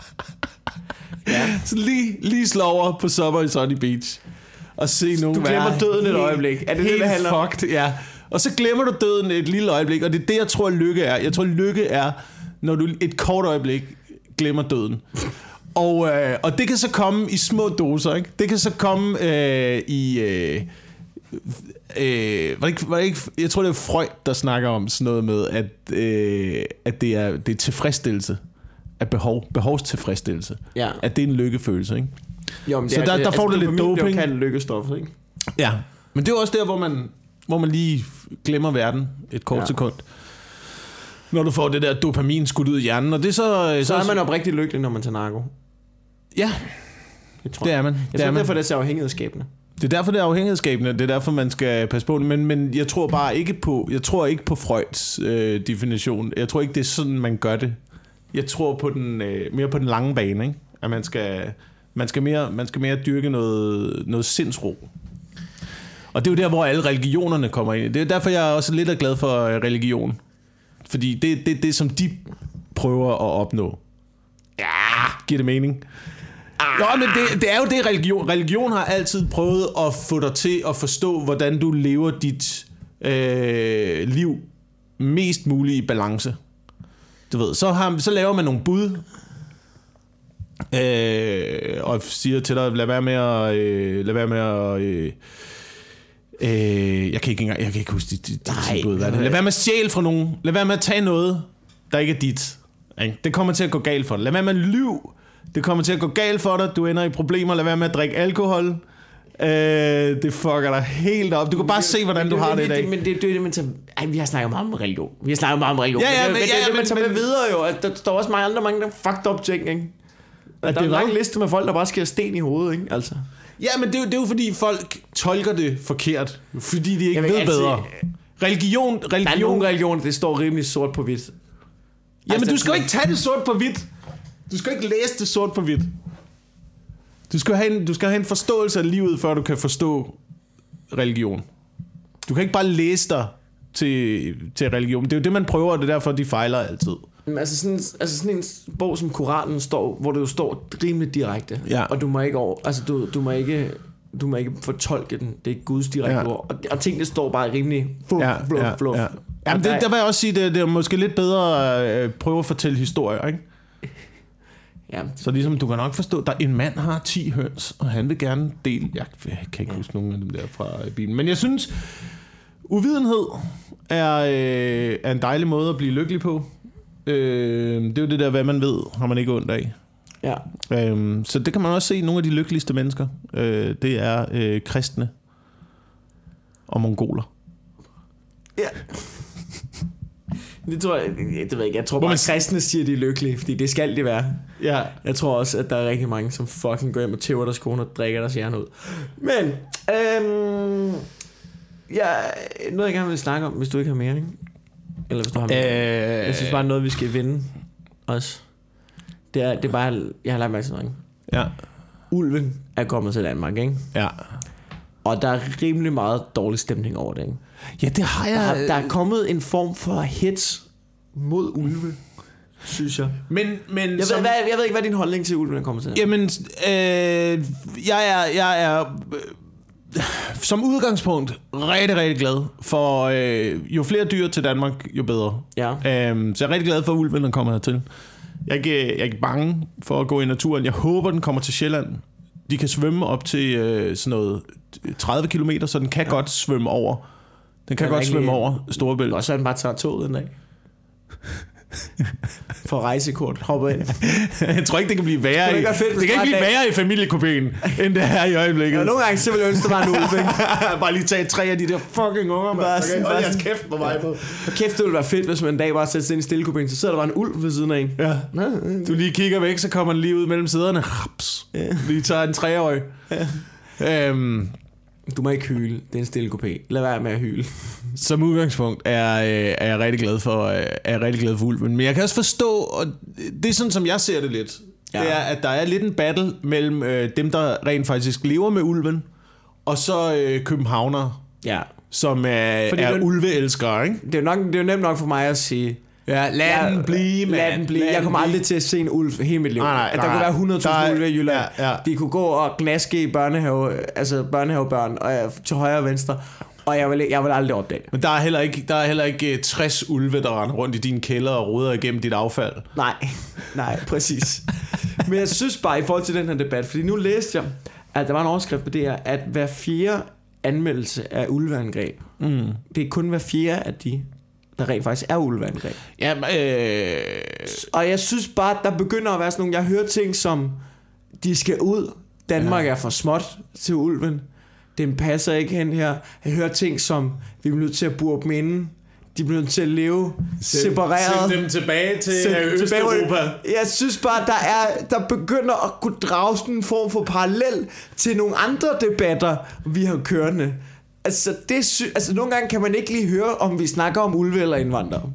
Så lige slå over på Sommer i Sunny Beach og se nogen være. Du glemmer døden et øjeblik. Er det helt det, der handler? Fucked, ja. Og så glemmer du døden et lille øjeblik, og det er det, jeg tror, lykke er. Jeg tror, lykke er, når du et kort øjeblik glemmer døden. Og det kan så komme i små doser, ikke? Det kan så komme var det ikke, jeg tror det er Freud, der snakker om sådan noget med at det er tilfredsstillelse af behovstilfredsstillelse. Ja. At det er en lykkefølelse, ikke? Jo, men så der får du lidt doping. Det kan lykkestof, ikke? Ja. Men det er også der, hvor man lige glemmer verden et kort sekund. Når du får det der dopamin skudt ud i hjernen, og det så er man oprigtig lykkelig, når man tager narko. Ja. Det er man. Jeg tror derfor, det er så afhængighedsskabende. Det er derfor, det er afhængighedsskabende. Det er derfor, man skal passe på det. Men jeg tror bare ikke på, Freuds definition. Jeg tror ikke, det er sådan, man gør det. Jeg tror på den, mere på den lange bane, ikke? At man skal mere dyrke noget sindsro. Og det er jo der, hvor alle religionerne kommer ind. Det er derfor, jeg er også lidt glad for religion. Fordi det er det, som de prøver at opnå. Ja, giver det mening? Nå, men det er jo det, religion har altid prøvet at få dig til at forstå, hvordan du lever dit liv mest muligt i balance. Du ved, så laver man nogle bud, og siger til dig, lad være med at jeg kan ikke huske de bud. Lad være med at stjæle fra nogen. Lad være med at tage noget, der ikke er dit. Det kommer til at gå galt for dig. Lad være med at lyve. Det kommer til at gå galt for dig. Du ender i problemer. Lad være med at drikke alkohol. Det fucker dig helt op. Du kan bare se, hvordan du har det i dag. Men det er det, man tager... vi har snakket meget om religion. Ja, men man tager med videre jo. At der står også mange der fucked up ting, ikke? Der er en lang liste med folk, der bare skærer sten i hovedet, ikke? Altså. Ja, men det er jo fordi folk tolker det forkert. Fordi de ikke ved bedre. Religion... Der er nogle religioner, det står rimelig sort på hvidt. Jamen, du skal jo ikke tage det sort på hvidt. Du skal ikke læse det sort på hvidt. Du skal have en forståelse af livet, før du kan forstå religion. Du kan ikke bare læse dig til religion. Det er jo det, man prøver, og det er derfor, de fejler altid. Altså sådan en bog som Koranen står, hvor det jo står rimelig direkte. Ja. Og du må ikke du må ikke fortolke den. Det er Guds direkte ord. Og tingene står bare rimelig fluff. Jamen, der vil jeg også sige, det er måske lidt bedre at prøve at fortælle historier, ikke? Ja. Så ligesom du kan nok forstå, der en mand har 10 høns, og han vil gerne dele. Jeg kan ikke huske nogen af dem der fra bilen. Men jeg synes, uvidenhed er en dejlig måde at blive lykkelig på. Det er jo det der, hvad man ved, har man ikke ondt af. Ja. Så det kan man også se, nogle af de lykkeligste mennesker. Det er kristne og mongoler. Ja. Det tror jeg tror bare, at kristne siger, de er lykkelige, fordi det skal de være. Ja. Jeg tror også, at der er rigtig mange, som fucking går hjem og tæver deres kone og drikker deres hjerne ud. Men, noget jeg gerne vil snakke om, hvis du ikke har mere, ikke? Eller hvis du har mere. Jeg synes bare, noget vi skal vinde også. Det er bare, jeg har lagt mærke til noget, ikke? Ja. Ulven er kommet til Danmark, ikke? Ja. Og der er rimelig meget dårlig stemning over det, ikke? Ja, det har jeg... Der er kommet en form for hits mod ulve, synes jeg. Men jeg ved ikke, hvad din holdning til ulven er kommet til. Jamen, jeg er som udgangspunkt rigtig, rigtig glad for jo flere dyr til Danmark, jo bedre. Ja. Så jeg er rigtig glad for, at ulven kommer hertil. Jeg er ikke bange for at gå i naturen. Jeg håber, den kommer til Sjælland. De kan svømme op til sådan noget 30 kilometer, så den kan godt svømme over. Den kan godt svømme over Storebælt. Og så er den bare tager toget en dag. For rejsekort, hoppe ind. Jeg tror ikke, det kan blive værre det kan ikke blive værre i familiekopéen, end det her i øjeblikket. Ja, nogle gange så vil jeg ønske, der var en ulv, ikke? Bare lige tage 3 af de der fucking unger, man. Hold jeres kæft på mig. Og kæft, det ville være fedt, hvis man en dag bare sætter sig ind i stillekopéen, så sidder der bare en ulv ved siden af en. Ja. Du lige kigger væk, så kommer den lige ud mellem sæderne. Raps. Lige tager en 3-årig. Ja. Du må ikke hyle. Det er en stille kopé. Lad være med at hyle. Som udgangspunkt er jeg rigtig glad for ulven. Men jeg kan også forstå, og det er sådan som jeg ser det lidt. Ja. Det er at der er lidt en battle mellem dem der rent faktisk lever med ulven, og så københavnere. Ja. Som er ulveelskere, ikke? Det er jo nemt nok for mig at sige. Ja, lad den blive, mand. Lad den blive. Jeg kommer aldrig til at se en ulv hele mit liv. Nej, der kunne være 100.000 ulve i Jylland. Ja. De kunne gå og gnaske i børnehavebørn og til højre og venstre. Og jeg vil aldrig opdage det. Men der er heller ikke 60 ulve, der render rundt i din kælder og roder igennem dit affald. Nej, præcis. Men jeg synes bare i forhold til den her debat, fordi nu læste jeg, at der var en overskrift på det her, at hver 4. anmeldelse af ulveangreb, det er kun hver 4. af de, der rent faktisk er ulveangreb. Ja, og jeg synes bare, der begynder at være sådan nogle, jeg hører ting som, de skal ud, Danmark er for småt til ulven, den passer ikke hen her. Jeg hører ting som, vi bliver nødt til at bure dem inde, de bliver nødt til at leve separeret. Send dem tilbage til Østeuropa. Jeg synes bare, der begynder at kunne drage sådan en form for parallel til nogle andre debatter, vi har kørende. Altså nogle gange kan man ikke lige høre, om vi snakker om ulve eller indvandrere.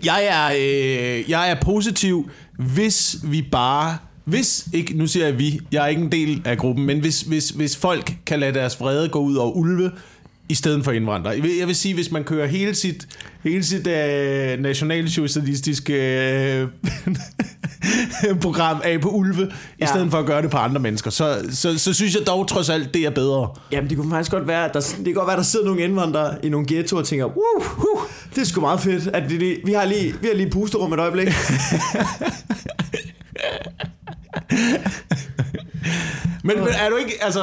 Jeg er positiv, hvis vi bare... Hvis ikke, nu siger jeg vi, jeg er ikke en del af gruppen, men hvis folk kan lade deres vrede gå ud over ulve i stedet for indvandrere. Jeg vil sige, hvis man kører hele sit nationalsocialistiske program af på ulve, i stedet for at gøre det på andre mennesker, så synes jeg dog trods alt, det er bedre. Jamen det kunne faktisk godt være, der sidder nogle indvandrere i nogle ghettoer og tænker, det er sgu meget fedt, at vi har lige pusterum et øjeblik. Men er du ikke, altså,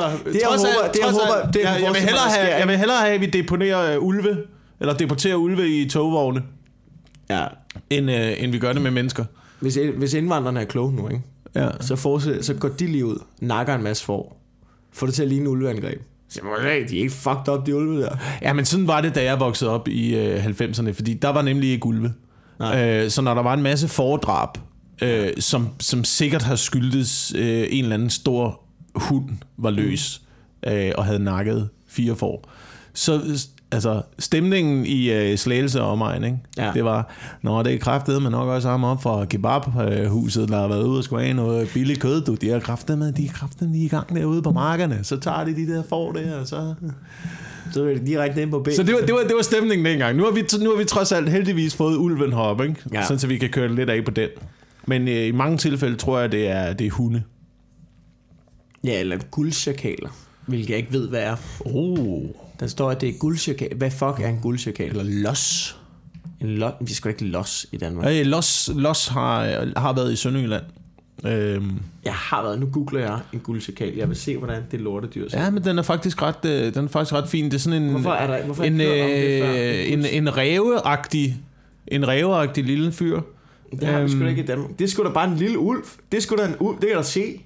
jeg vil hellere have, at vi deponerer ulve, eller deporterer ulve i togvogne, end vi gør det med mennesker. Hvis indvandrerne er kloge nu, ikke? Ja. Så går de lige ud, nakker en masse får det til at ligne ulveangreb. Så de er ikke fucked up, de ulve der. Ja, men sådan var det, da jeg voksede op i 90'erne, fordi der var nemlig ikke ulve. Så når der var en masse fordrab, som sikkert har skyldtes en eller anden stor hund var løs og havde nakket 4 får, så altså stemningen i Slagelse og omegn, ikke? Ja. Det var, det er kraftedeme, men nok også ham op fra kebabhuset, der har været ude og skulle have noget billigt kød. De er kraftedeme i gang derude på markerne, så tager de der får der, og så er det direkte ind på ben. Så det var stemningen dengang. Nu har vi trods alt heldigvis fået ulven heroppe, ikke? Ja. Sådan så vi kan køre lidt af på den. Men i mange tilfælde tror jeg, det er hunde. Ja, eller guldsjakaler, hvilket jeg ikke ved, hvad er. Der står, at det er guldsjakal. Hvad fuck er en guldsjakal? Eller los. Vi skal ikke los i Danmark. Los har været i Sønderjylland. Jeg har været, nu googler jeg en guldsjakal. Jeg vil se, hvordan det lortedyr ser. Ja, men den er faktisk ret fin. Det er sådan en... Hvorfor en ræveagtig lille fyr. Det har vi sgu da ikke i Danmark. Det er sgu da bare en lille ulv. Det er sgu da en ulv, det kan du se.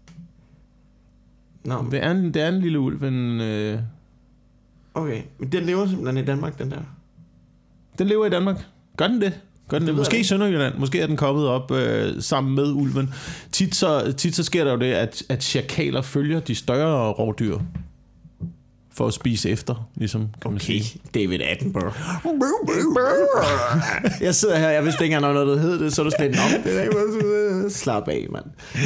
No. Det er en lille ulv. Okay, men den lever simpelthen i Danmark, den der. Den lever i Danmark. Gør den det? Måske i Sønderjylland. Måske er den kommet op sammen med ulven. Tit så sker der jo det, at sjakaler følger de større rovdyr for at spise efter, ligesom, kan man sige. David Attenborough. Jeg sidder her, jeg vidste ikke engang noget, der hed det, så er du sådan lidt, slap af, mand.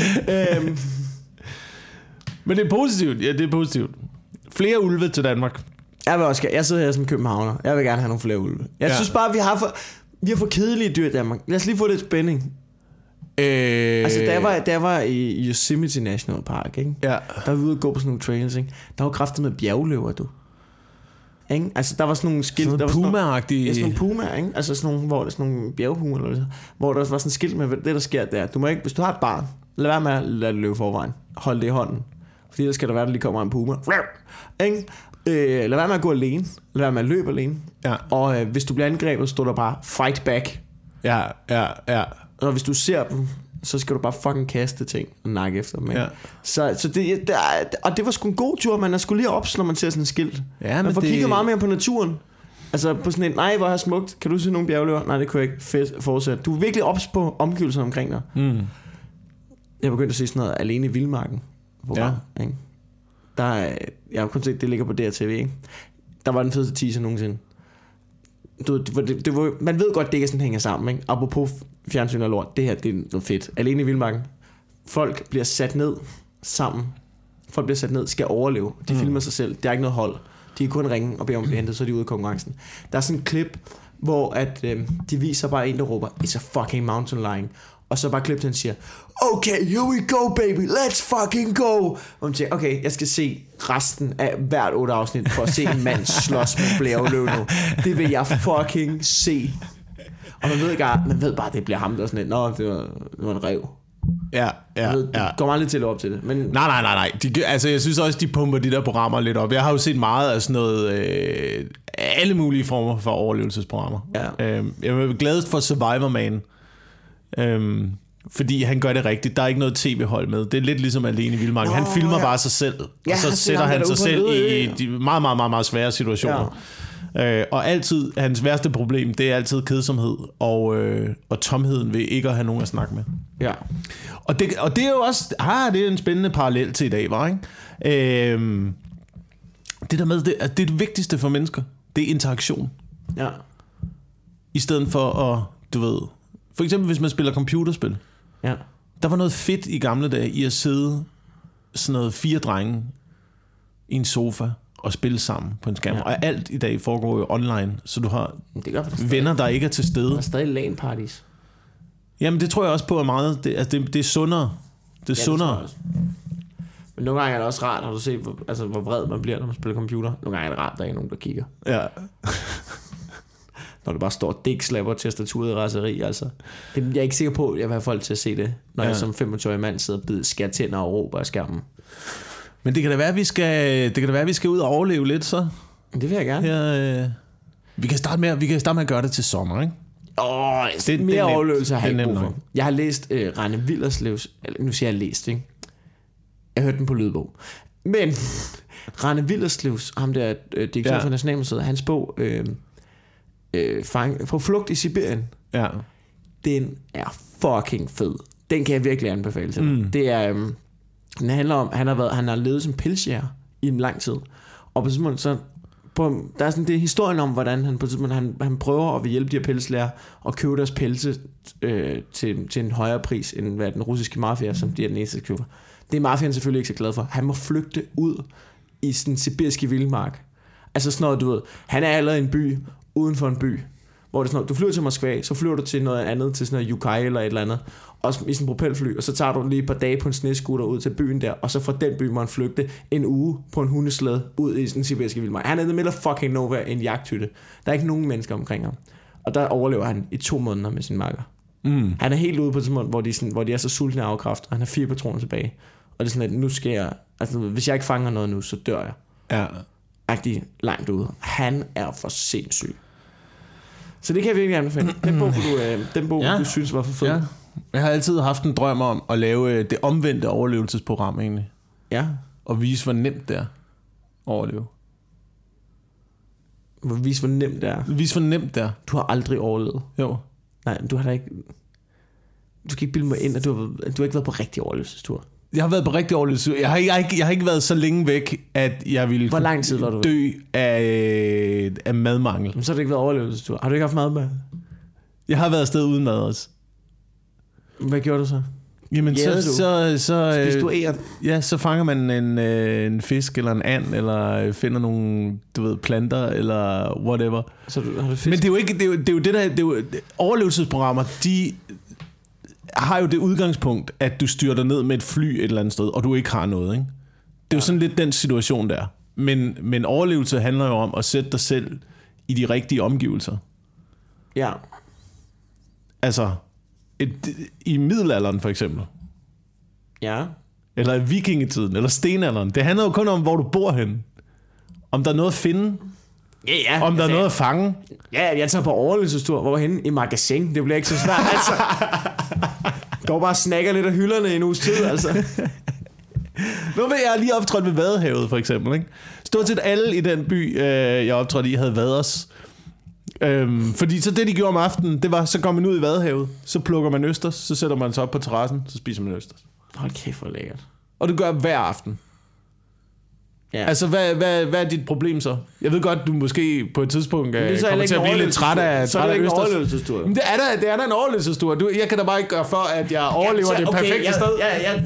Men det er positivt. Ja, det er positivt. Flere ulve til Danmark. Jeg sidder her som københavner. Jeg vil gerne have nogle flere ulve. Jeg synes bare, vi har for kedelige dyr i Danmark. Lad os lige få lidt spænding. Altså, da jeg var i Yosemite National Park, ikke? Ja. Der var vi ude og gå på sådan nogle trails, ikke? Der var kraftet med bjergløver, du. Ikke? Altså, der var sådan nogle skilt. Sådan nogle puma-agtige. Ja, sådan nogle puma, ikke? Altså sådan nogle, hvor der sådan nogle bjergpuma, eller så, hvor der var sådan et skilt med det, der sker der. Du må ikke, hvis du har et barn, lad være med at lade det løbe forvejen. Hold det i hånden. Fordi ellers skal der være, der lige kommer en puma. Ikke? Lad være med at gå alene. Lad være med at løbe alene. Ja. Og hvis du bliver angrebet, så står der bare fight back. Ja. Og hvis du ser dem, så skal du bare fucking kaste ting og nakke efter dem. Ja. Så det var sgu en god tur. Man er sgu lige ops, når man ser sådan en skilt. Ja, man får kigget meget mere på naturen. Altså på sådan en, nej, hvor er smukt. Kan du se nogle bjergløver? Nej, det kunne jeg ikke. Fedt, fortsæt. Du er virkelig ops på omgivelserne omkring dig. Jeg begyndte at se sådan noget Alene i Vildmarken. Ja. Ikke? Jeg har kun set, det ligger på DRTV, ikke? Der var den fedeste teaser nogensinde. Man ved godt, det ikke sådan hænger sammen, ikke? Apropos fjernsyn og lort. Det her, det er noget fedt. Alene i Vildmarken. Folk bliver sat ned sammen. Folk bliver sat ned, skal overleve. De filmer sig selv. Der er ikke noget hold. De kan kun ringe og bede om at blive hentet, så er de ude i konkurrencen. Der er sådan en klip, hvor at, de viser bare en, der råber, it's a fucking mountain lion. Og så bare klip til, han siger, okay, here we go, baby, let's fucking go. Og man siger, okay, jeg skal se resten af hvert 8 afsnit, for at se en mand slås med bjergløve nu. Det vil jeg fucking se. Og man ved bare, det bliver ham, der sådan lidt, nå, det var en ræv. Ja. Det går meget lidt til op til det. Men Nej. Altså, jeg synes også, de pumper de der programmer lidt op. Jeg har jo set meget af sådan noget, alle mulige former for overlevelsesprogrammer. Ja. Jeg er gladest for Survivor Man. Fordi han gør det rigtigt. Der er ikke noget tv-hold med. Det er lidt ligesom Alene i Vildmarken. Han filmer bare sig selv. Og så sætter han sig selv i de meget, meget, meget, meget svære situationer. Ja. Og altid, hans værste problem, det er altid kedsomhed og tomheden ved ikke at have nogen at snakke med. Ja. Og det er jo også, det er en spændende parallel til i dag, var, ikke? Det der med, det er det vigtigste for mennesker. Det er interaktion. Ja. I stedet for at, du ved, for eksempel hvis man spiller computerspil. Ja. Der var noget fedt i gamle dage i at sidde sådan noget 4 drenge i en sofa og spille sammen på en skærm. Ja. Og alt i dag foregår jo online, så du har venner, der ikke er til stede. Der er stadig LAN parties. Jamen det tror jeg også på er meget. Det er sundere. Det er sundere. Men nogle gange er det også rart. Har du set, hvor vred man bliver, når man spiller computer? Nogle gange er det rart, der er nogen, der kigger. Ja. Når det bare står dækslapper tastaturet i raseri, altså. Jeg er ikke sikker på, at jeg vil have folk til at se det, når jeg som 25-årig mand sidder og skærer tænder og råber af skærmen. Men det kan da være, at vi skal ud og overleve lidt, så. Det vil jeg gerne. Ja, vi kan starte med at gøre det til sommer, ikke? Det er mere overlevelse har jeg ikke brug for. Jeg har læst Rane Willerslevs, nu siger jeg læst, ikke? Jeg hørte den på lydbog. Men Rane Willerslevs, ham der direktør for Nationalmuseet, hans bog På flugt i Sibirien. Ja. Den er fucking fed. Den kan jeg virkelig anbefale til dig. Det er den handler om, han har levet som pelsjæger i en lang tid. Og på sådan så der er sådan det historien om, hvordan han på han prøver at hjælpe de her pelslærer og købe deres pelse til en højere pris end hvad den russiske mafia, som de er den eneste køber. Det er mafiaen selvfølgelig ikke så glad for. Han må flygte ud i sådan sibiriske vildmark. Altså sådan noget, du ved. Han er allerede i en by uden for en by, hvor det sådan noget, du flyver til Moskva, så flyver du til noget andet, til sådan noget Yukai eller et eller andet, også i sådan en propelfly, og så tager du lige et par dage på en snescooter ud til byen der, og så fra den by må han flygte en uge på en hundeslæde ud i den sibiriske vildmark. Han er i the middle of fucking nowhere, en jagthytte. Der er ikke nogen mennesker omkring ham. Og der overlever han i 2 måneder med sin makker. Han er helt ude på sådan, hvor de er så sultne af afkræft, og han har 4 patroner tilbage. Og det er sådan, at nu skal jeg, altså hvis jeg ikke fanger noget nu, så dør jeg. Ja. Rigtig langt ude. Han er for sindssyg. Så det kan jeg virkelig anbefale. Den bog, du synes var for fed. Ja. Jeg har altid haft en drøm om at lave det omvendte overlevelsesprogram egentlig. Ja. Og vise, hvor nemt det er at overleve. Vise, hvor nemt det er. Vise, hvor nemt det er. Du har aldrig overlevet. Jo. Nej, du har da ikke... Du skal ikke bilde mig ind, at du har ikke været på rigtig overlevelsestur. Jeg har været på rigtig overlevelsestur. Jeg har ikke været så længe væk, at jeg ville Hvor lang tid var du dø af madmangel. Men så har det ikke været overlevelsestur. Har du ikke haft mad med? Jeg har været afsted uden mad også. Hvad gjorde du så? Jamen så spiste du æren? Ja, så fanger man en fisk eller en and, eller finder nogle, du ved, planter eller whatever. Så har du fisk? Men det er jo ikke, det er jo det der, overlevelsesprogrammer, de har jo det udgangspunkt, at du styrter ned med et fly et eller andet sted, og du ikke har noget, ikke? Det er jo sådan lidt den situation der. Men overlevelse handler jo om at sætte dig selv i de rigtige omgivelser. Ja. Altså i middelalderen for eksempel. Ja. eller i vikingetiden, eller stenalderen. Det handler jo kun om, hvor du bor henne. Om der er noget at finde. Ja. Om der er noget at fange. Ja, jeg tager på overlevelsestur. Hvor henne? I magasin. Det bliver ikke så svært, altså. Går bare og snakker lidt af hylderne i en uges tid, altså. Nu vil jeg lige optrådt ved Vadehavet, for eksempel, ikke? Stort set alle i den by, jeg optrådte i, havde vaders. Fordi så det, de gjorde om aftenen, det var, så går man ud i Vadehavet, så plukker man østers, så sætter man sig op på terrassen, så spiser man østers. Hold kæft, hvor lækkert. Og det gør hver aften. Ja. Altså, hvad er dit problem så? Jeg ved godt, du måske på et tidspunkt kommer til at blive lidt træt af så er det ikke østers. En overlevelsestur. Men det er da en overlevelsestur. Jeg kan da bare ikke gøre for, at jeg overlever det perfekte sted.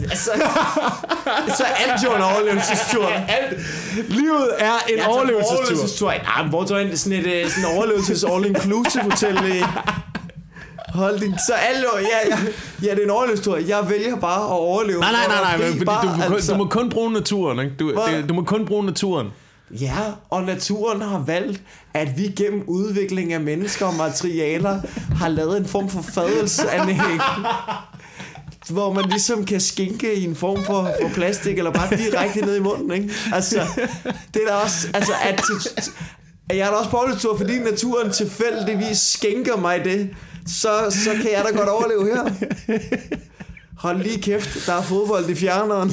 Så alt jo en overlevelsestur. Livet er en overlevelsestur. Nej, men hvor tager jeg sådan en overlevelses all-inclusive hotel hold din. Så alle ja, det er en overlevelsestur. Jeg vælger bare at overleve. Nej, fordi du må kun bruge naturen, ikke? Du må kun bruge naturen. Ja, og naturen har valgt, at vi gennem udvikling af mennesker og materialer har lavet en form for fadelsanlæg, hvor man ligesom kan skinke i en form for plastik, eller bare direkte ned i munden, ikke? Altså, det er da også, altså, at jeg er da også på overlevelsestur, fordi naturen tilfældigvis skænker mig det, så kan jeg da godt overleve her. Hold lige kæft, der er fodbold i fjerneren.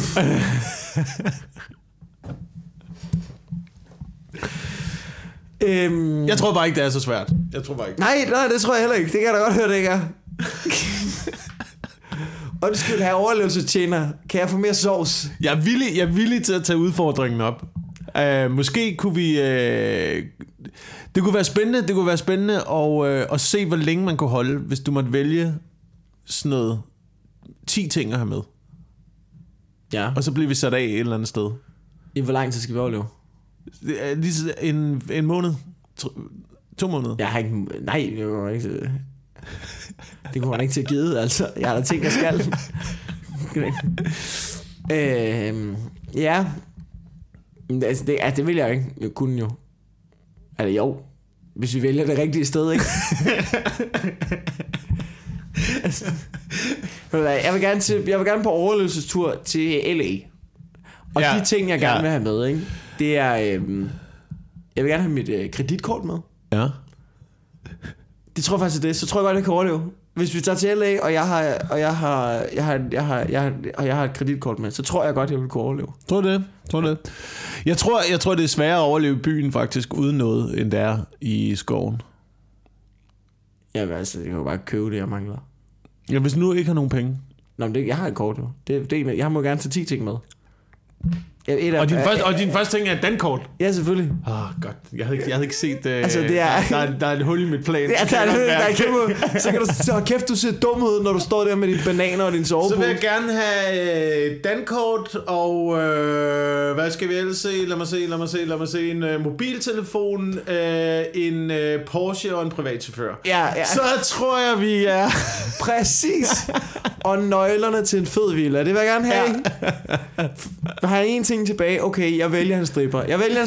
Jeg tror bare ikke, det er så svært. Jeg tror bare ikke. Nej, det tror jeg heller ikke. Det kan jeg da godt høre, det ikke er. Undskyld, her overlevelsestjener. Kan jeg få mere sovs? Jeg er villig til at tage udfordringen op. Måske kunne vi... Det kunne være spændende at se, hvor længe man kunne holde, hvis du måtte vælge sådan noget 10 ting at have med. Ja. Og så bliver vi sat af et eller andet sted. I hvor lang tid skal vi overleve? Lige en måned. 2 måneder. Jeg har ikke... Nej, det var ikke... Det kunne man ikke til at give, altså. Jeg har da tænkt, jeg skal. Ja. Altså, det vil jeg ikke. Jeg kunne jo. Altså jo. Hvis vi vælger det rigtige sted, ikke? Altså, jeg vil gerne på overlevelsestur til LA. Og ja, de ting, jeg gerne vil have med, ikke? Det er... jeg vil gerne have mit kreditkort med. Ja. Det tror jeg faktisk er det. Så tror jeg godt, jeg kan overleve. Hvis vi tager til LA, og jeg har et kreditkort med, så tror jeg godt, jeg vil kunne overleve. Tror det? Jeg tror, det er sværere at overleve byen faktisk uden noget, end det er i skoven. Jamen altså, jeg kan jo bare købe det, jeg mangler. Ja, hvis nu ikke har nogen penge. Nå, men jeg har et kort jo. Jeg må gerne tage 10 ting med. Og din første ting er et dankort? Ja, selvfølgelig. Godt. Jeg havde ikke set... Altså, det er... Der er et hul i mit plan. Der er kæmpe... Så kan du så kæft, du ser dum ud, når du står der med dine bananer og din sovepose. Så vil jeg gerne have et dankort, og hvad skal vi ellers se? Lad mig se. En mobiltelefon, en Porsche og en privatchauffør. Ja. Så tror jeg, vi er... Præcis. Og nøglerne til en fed villa. Det vil jeg gerne have. Ja. Har jeg en ting tilbage? Okay, jeg vælger en stripper.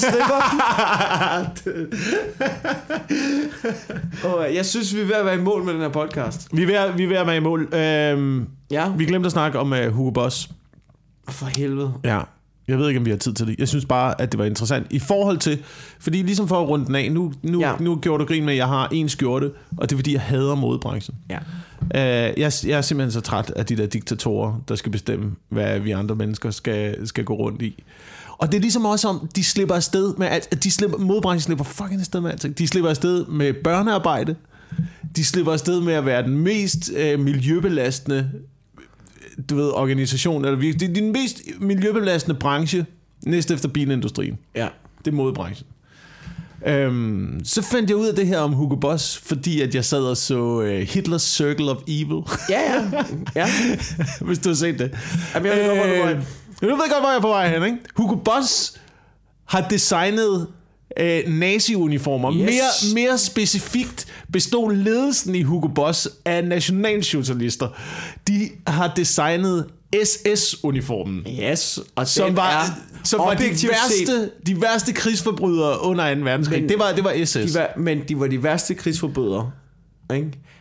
Jeg synes, vi er ved at være i mål med den her podcast. Vi er ved at være i mål. Ja. Vi glemte at snakke om Hugo Boss. For helvede. Ja. Jeg ved ikke, om vi har tid til det. Jeg synes bare, at det var interessant. I forhold til... Fordi ligesom for at runde den af, nu gjorde du grin med, at jeg har en skjorte, og det er fordi, jeg hader modebranchen. Ja. Jeg er simpelthen så træt af de der diktatorer, der skal bestemme, hvad vi andre mennesker skal gå rundt i. Og det er ligesom også om, de slipper afsted med alt. Modebranchen slipper fucking afsted med alt. De slipper afsted med børnearbejde. De slipper afsted med at være den mest miljøbelastende organisation. Eller det er den mest miljøbelastende branche næst efter bilindustrien. Ja. Det er modebranchen. Så fandt jeg ud af det her om Hugo Boss, fordi at jeg sad og så Hitler's Circle of Evil. Ja. Hvis du har set det. Jamen, jeg ved godt, hvor jeg er på vej hen, ikke? Hugo Boss har designet nazi-uniformer. Yes. Mere specifikt bestod ledelsen i Hugo Boss af nationalsocialister. De har designet SS-uniformen. Yes, og som var de værste krigsforbrydere under 2. verdenskrig. Det var SS. Men de var de værste krigsforbrydere, ikke?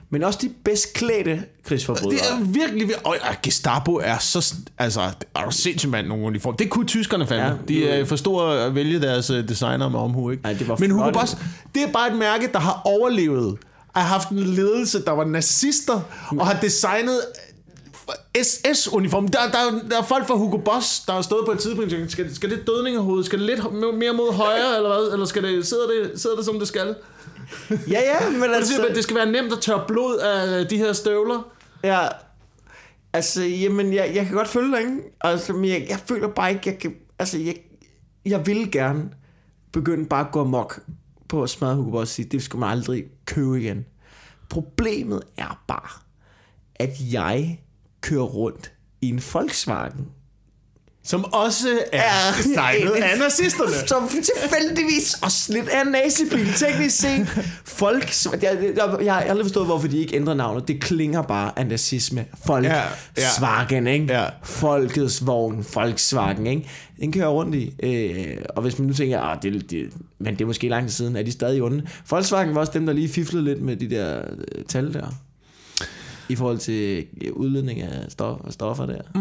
Men også de bedst klædte krigsforbrydere. Det er virkelig... Og Gestapo er så... Altså, er du sindssygt mand nogle uniform. Det kunne tyskerne fandme. Ja, de forstår at vælge deres designer med omhu, ikke? Ej, det var men Hugo Boss, det er bare et mærke, der har overlevet. Har haft en ledelse, der var nazister, og har designet SS-uniform. Der er folk fra Hugo Boss, der har stået på et tidspunkt. Skal det dødningehoved? Skal det lidt mere mod højre, eller hvad? Eller sidder det som det skal? Ja, men altså... Det skal være nemt at tørre blod af de her støvler. Ja, altså, jamen, jeg kan godt følge dig, ikke? Altså, men jeg føler bare ikke, jeg kan... Altså, jeg vil gerne begynde bare at gå amok på at smadre Hugo Boss og sige, det skal man aldrig købe igen. Problemet er bare, at jeg kører rundt i en Volkswagen, som også er designet af nazisterne. Som tilfældigvis også lidt er en nazibil. Teknisk set. Jeg har aldrig forstået, hvorfor de ikke ændrer navnet. Det klinger bare af nazisme. Volkswagen, ikke? Ja. Folkets vogn, Volkswagen, ikke? Den kører rundt i. Og hvis man nu tænker, men det er måske lang tid siden, er de stadig onde. Volkswagen var også dem, der lige fiflede lidt med de der tal der. I forhold til udledning af stoffer der. Ja.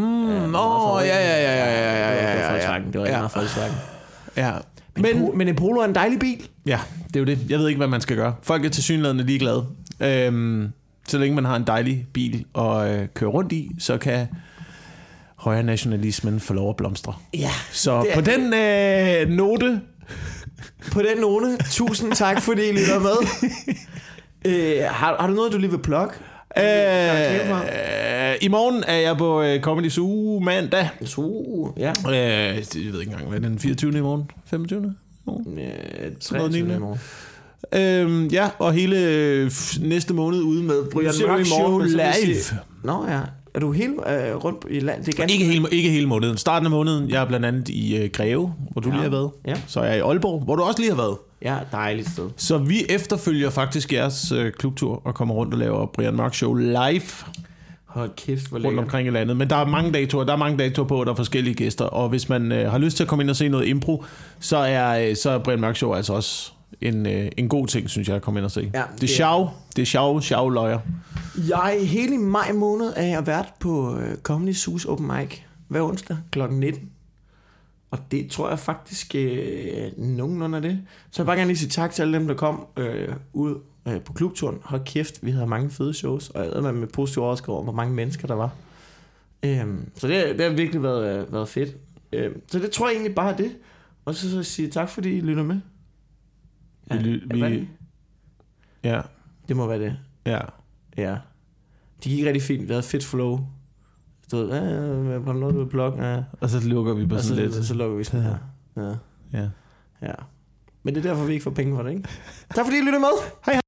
Det var meget Volkswagen. Ja. Men en Polo er en dejlig bil. Ja, det er jo det. Jeg ved ikke, hvad man skal gøre. Folk er tilsyneladende ligeglade. Så længe man har en dejlig bil at køre rundt i, så kan højre nationalismen få lov at blomstre. Ja. Så på den note... På den note, tusind tak, fordi I lytter med. Har du noget, du lige vil plukke? I morgen er jeg på Comedy Zoo mandag. Ja. Jeg ved ikke engang, hvad er den 24. i morgen? 25. morgen? 23. i morgen. Ja, og hele næste måned ude med Brian Mørk Show live. Nå ja. Er du helt rundt i land? Det ikke hele måneden. Starten af måneden. Jeg er blandt andet i Greve, hvor du lige har været. Ja. Så er jeg i Aalborg, hvor du også lige har været. Ja, dejligt sted. Så vi efterfølger faktisk jeres klubtur og kommer rundt og laver Brian Mørk Show live. Hold kæft, hvor rundt omkring i landet. Men der er mange datoer på, og der er forskellige gæster. Og hvis man har lyst til at komme ind og se noget impro, så er Brian Mørk Show altså også en god ting, synes jeg, at komme ind og se. Ja, det er sjov løjer. Hele maj måned er jeg vært på Comedy Zoo's Open Mic hver onsdag kl. 19. Og det tror jeg faktisk nogenlunde af det. Så jeg bare gerne lige sige tak til alle dem, der kom ud på klubturen. Hold kæft, vi havde mange fede shows, og jeg havde med positiv overskud over, hvor mange mennesker der var. Så det har virkelig været fedt. Så det tror jeg egentlig bare er det. Og så sige tak, fordi I lytter med. Ja. Det må være det. Ja. Det gik rigtig fint. Vi havde fedt flow. Stod, på noget, du vil plukke. Ja. Og så lukker vi på sådan lidt. Så lukker vi sådan her. Ja. Men det er derfor, vi ikke får penge for det, ikke? Tak fordi I lytter med. Hej.